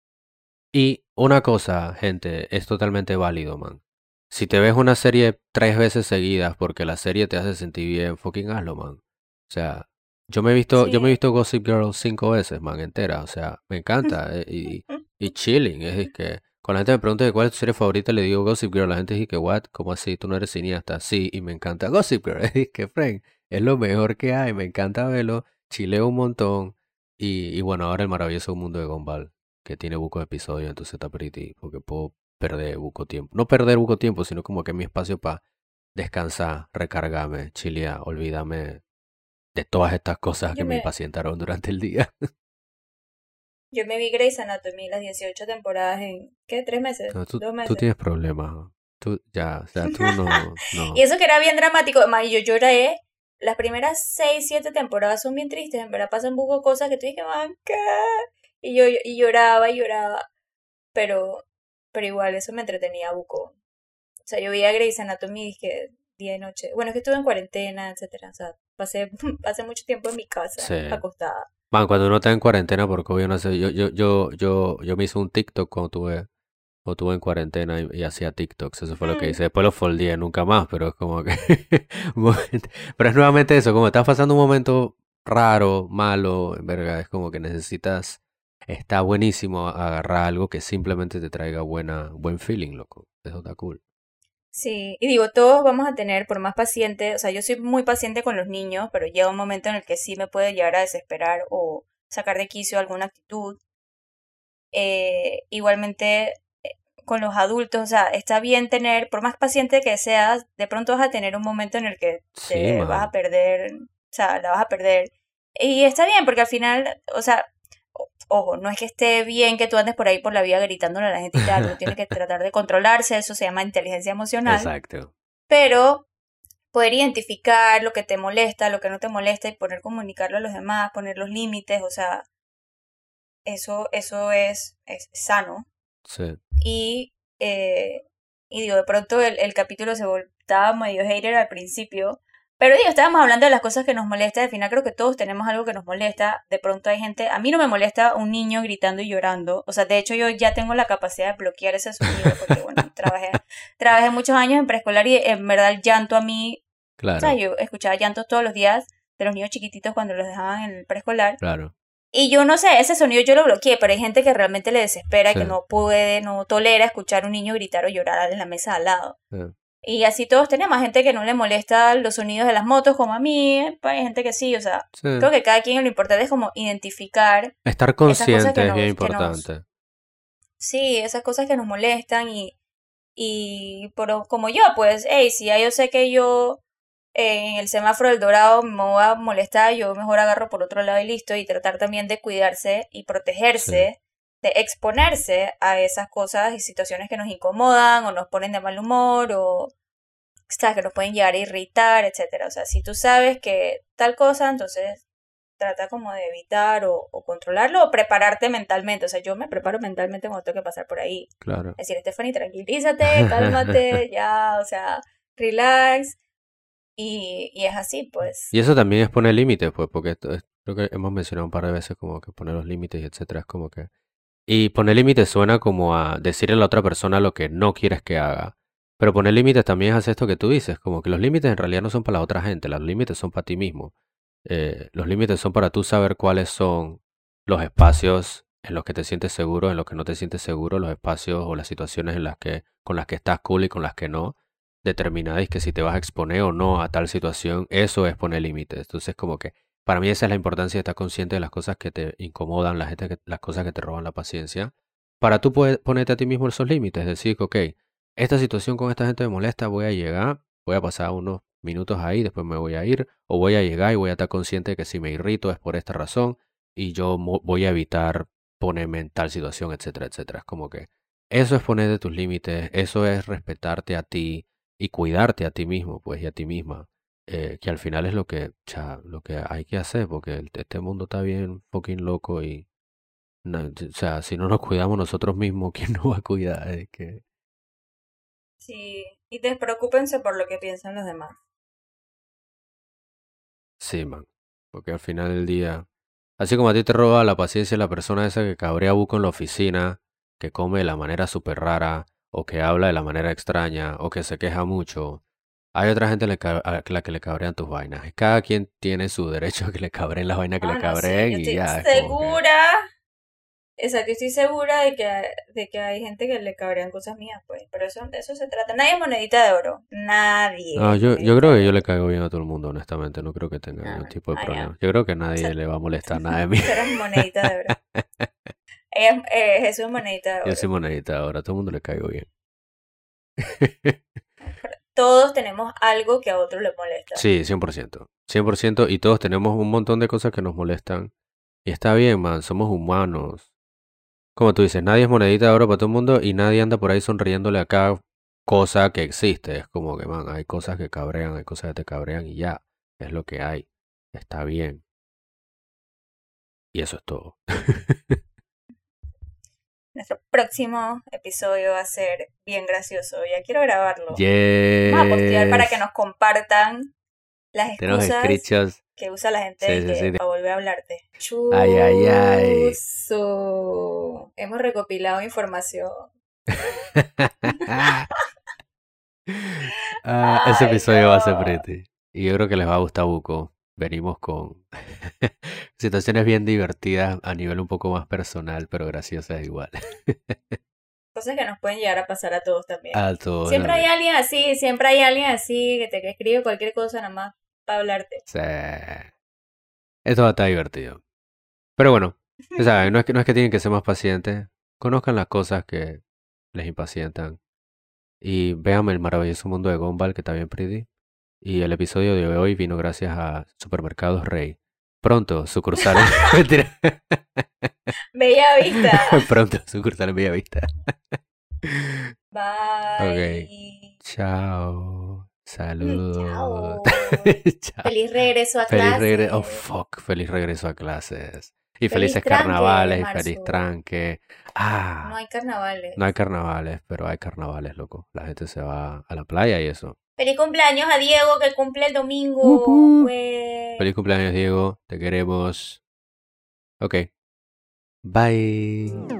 Y una cosa, gente, es totalmente válido, man. Si te ves una serie 3 veces seguidas porque la serie te hace sentir bien, fucking hazlo, man. O sea, yo me he Sí. visto Gossip Girl 5 veces, man, entera. O sea, me encanta. Y chilling. Es que cuando la gente me pregunta de cuál es tu serie favorita, le digo Gossip Girl. La gente dice que, what? ¿Cómo así? ¿Tú no eres cineasta? Sí, y me encanta Gossip Girl. Es que, friend, es lo mejor que hay. Me encanta verlo. Chileo un montón. Y bueno, ahora el maravilloso mundo de Gumball, que tiene buco de episodio, entonces está pretty, porque puedo perder buco tiempo. No perder buco tiempo, sino como que mi espacio para descansar, recargarme, chilear, olvídame de todas estas cosas que Yo me me, impacientaron durante el día. yo me vi Grey's Anatomy las 18 temporadas en, ¿qué? ¿3 meses? No, tú, ¿2 meses? tienes problemas. ¿No? Tú, ya, o sea, tú no, Y no. eso que era bien dramático, además, y yo lloré. Las primeras 6, 7 temporadas son bien tristes, en verdad pasan un poco de cosas que tú dices, man, ¿qué? Y lloraba y lloraba, pero, pero igual eso me entretenía buco. O sea, yo veía Grey's Anatomy y dije día y noche. Bueno, es que estuve en cuarentena, etcétera. O sea, pasé mucho tiempo en mi casa, Sí. acostada. Man, cuando uno está en cuarentena, porque obvio no sé, yo me hice un TikTok cuando estuve en cuarentena y hacía TikToks, eso fue lo que Hmm. hice. Después lo foldeé nunca más, pero es como que pero es nuevamente eso, como estás pasando un momento raro, malo, en verga, es como que necesitas, está buenísimo agarrar algo que simplemente te traiga buen feeling, loco. Eso está cool. Sí, y digo, todos vamos a tener, por más paciente, o sea, yo soy muy paciente con los niños, pero llega un momento en el que sí me puede llegar a desesperar o sacar de quicio alguna actitud. Igualmente con los adultos, o sea, está bien tener, por más paciente que seas, de pronto vas a tener un momento en el que Sí, te vas a man. perder, o sea, la vas a perder. Y está bien, porque al final, o sea, ojo, no es que esté bien que tú andes por ahí por la vida gritándole a la gente y tal, uno tiene que tratar de controlarse, eso se llama inteligencia emocional, Exacto. pero poder identificar lo que te molesta, lo que no te molesta y poder comunicarlo a los demás, poner los límites, o sea, eso es sano. Sí. Y, eh, y digo, de pronto el capítulo se voltaba medio hater al principio. Pero digo, estábamos hablando de las cosas que nos molestan. Al final creo que todos tenemos algo que nos molesta. De pronto hay gente. A mí no me molesta un niño gritando y llorando. O sea, de hecho yo ya tengo la capacidad de bloquear ese sonido. Porque bueno, trabajé muchos años en preescolar y en verdad el llanto a mí. O sea, Claro, yo escuchaba llantos todos los días de los niños chiquititos cuando los dejaban en el preescolar. claro. Y yo no sé, ese sonido yo lo bloqueé, pero hay gente que realmente le desespera, Sí. que no puede, no tolera escuchar a un niño gritar o llorar en la mesa al lado. Sí. Y así todos tenemos gente que no le molesta los sonidos de las motos como a mí, hay gente que sí, o sea, Sí. creo que cada quien lo importante es como identificar Estar esas cosas consciente es bien importante. sí, esas cosas que nos molestan como yo, pues, hey, si ya yo sé que yo en el semáforo del Dorado me va a molestar, yo mejor agarro por otro lado y listo, y tratar también de cuidarse y Sí, protegerse, de exponerse a esas cosas y situaciones que nos incomodan o nos ponen de mal humor o sabes que nos pueden llegar a irritar, etcétera. O sea, si tú sabes que tal cosa, entonces trata como de evitar o controlarlo o prepararte mentalmente. O sea, yo me preparo mentalmente cuando tengo que pasar por ahí. claro. Es decir, Stephanie, tranquilízate, cálmate, ya, o sea, relax. Y es así, pues. Y eso también es poner límites, pues, porque creo que hemos mencionado un par de veces como que poner los límites y etcétera, es como que... Y poner límites suena como a decirle a la otra persona lo que no quieres que haga. Pero poner límites también es hacer esto que tú dices, como que los límites en realidad no son para la otra gente, los límites son para ti mismo. Los límites son para tú saber cuáles son los espacios en los que te sientes seguro, en los que no te sientes seguro, los espacios o las situaciones en las que, con las que estás cool y con las que no. Determinada y que si te vas a exponer o no a tal situación, eso es poner límites. Entonces, como que para mí esa es la importancia de estar consciente de las cosas que te incomodan, las cosas que te roban la paciencia, para tú poder ponerte a ti mismo esos límites, decir que, ok, esta situación con esta gente me molesta, voy a llegar, voy a pasar unos minutos ahí, después me voy a ir, o voy a llegar y voy a estar consciente de que si me irrito es por esta razón y yo voy a evitar ponerme en tal situación, etcétera, etcétera. Es como que eso es ponerte tus límites, eso es respetarte a ti y cuidarte a ti mismo, pues, y a ti misma. Que al final es lo que hay que hacer, porque este mundo está bien fucking loco y, o sea, si no nos cuidamos nosotros mismos, ¿quién nos va a cuidar? Es que, Sí. Y despreocúpense por lo que piensan los demás. sí, man, porque al final del día, así como a ti te roba la paciencia la persona esa que cabrea buco en la oficina, que come de la manera súper rara, o que habla de la manera extraña, o que se queja mucho, hay otra gente a la que le cabrean tus vainas. Cada quien tiene su derecho a que le cabreen las vainas que le Ah, no, sí, cabreen yo y estoy ya, es como que... segura Exacto, yo estoy segura de que hay gente que le cabrean cosas mías, pues. Pero eso, de eso se trata. Nadie es monedita de oro. Nadie No, es yo creo monedita que de yo le oro. caigo bien a todo el mundo, honestamente. No creo que tenga No, ningún no, tipo de I am. problema. Yo creo que a nadie Tú le va a molestar nada de mí. eres monedita de oro. Jesús es monedita de Yo oro. soy monedita ahora, a todo el mundo le caigo bien. Todos tenemos algo que a otros les molesta. Sí, 100%. 100% y todos tenemos un montón de cosas que nos molestan. Y está bien, man, somos humanos. Como tú dices, nadie es monedita de oro para todo el mundo y nadie anda por ahí sonriéndole a cada cosa que existe. Es como que, man, hay cosas que cabrean, hay cosas que te cabrean y ya, es lo que hay. Está bien. Y eso es todo. Nuestro próximo episodio va a ser bien gracioso. Ya quiero grabarlo. Vamos a postear para que Yes. nos compartan las Tenemos excusas screenshots. que usa la gente Sí, sí, sí. para volver a hablarte. Ay, ay, ay. Chuso. Hemos recopilado información. Ese Ay, episodio va a ser no. pretty. Y yo creo que les va a gustar buco. Venimos con situaciones bien divertidas a nivel un poco más personal, pero graciosas igual. Cosas que nos pueden llegar a pasar a todos también. A todos también. Siempre hay alguien así que te escribe cualquier cosa nada más para hablarte. Sí. Esto va a estar divertido. Pero bueno, ya saben, no es que tienen que ser más pacientes. Conozcan las cosas que les impacientan. Y vean el maravilloso mundo de Gumball, que está bien pretty. Y el episodio de hoy vino gracias a Supermercados Rey. Pronto, sucursal. Mentira. Bella vista. Pronto, sucursal en Bellavista. Ok. Bye. Chao. Saludos. Chao. Chao. Feliz regreso a Feliz regreso. Oh, clases. fuck. Feliz regreso a clases. Y Feliz felices tranque, carnavales y feliz marzo. tranque. No Ah, hay carnavales. no hay carnavales, pero hay carnavales, loco. La gente se va a la playa y eso. Feliz cumpleaños a Diego que cumple el domingo. Pues. Feliz cumpleaños, Diego. Te queremos. Ok. Bye.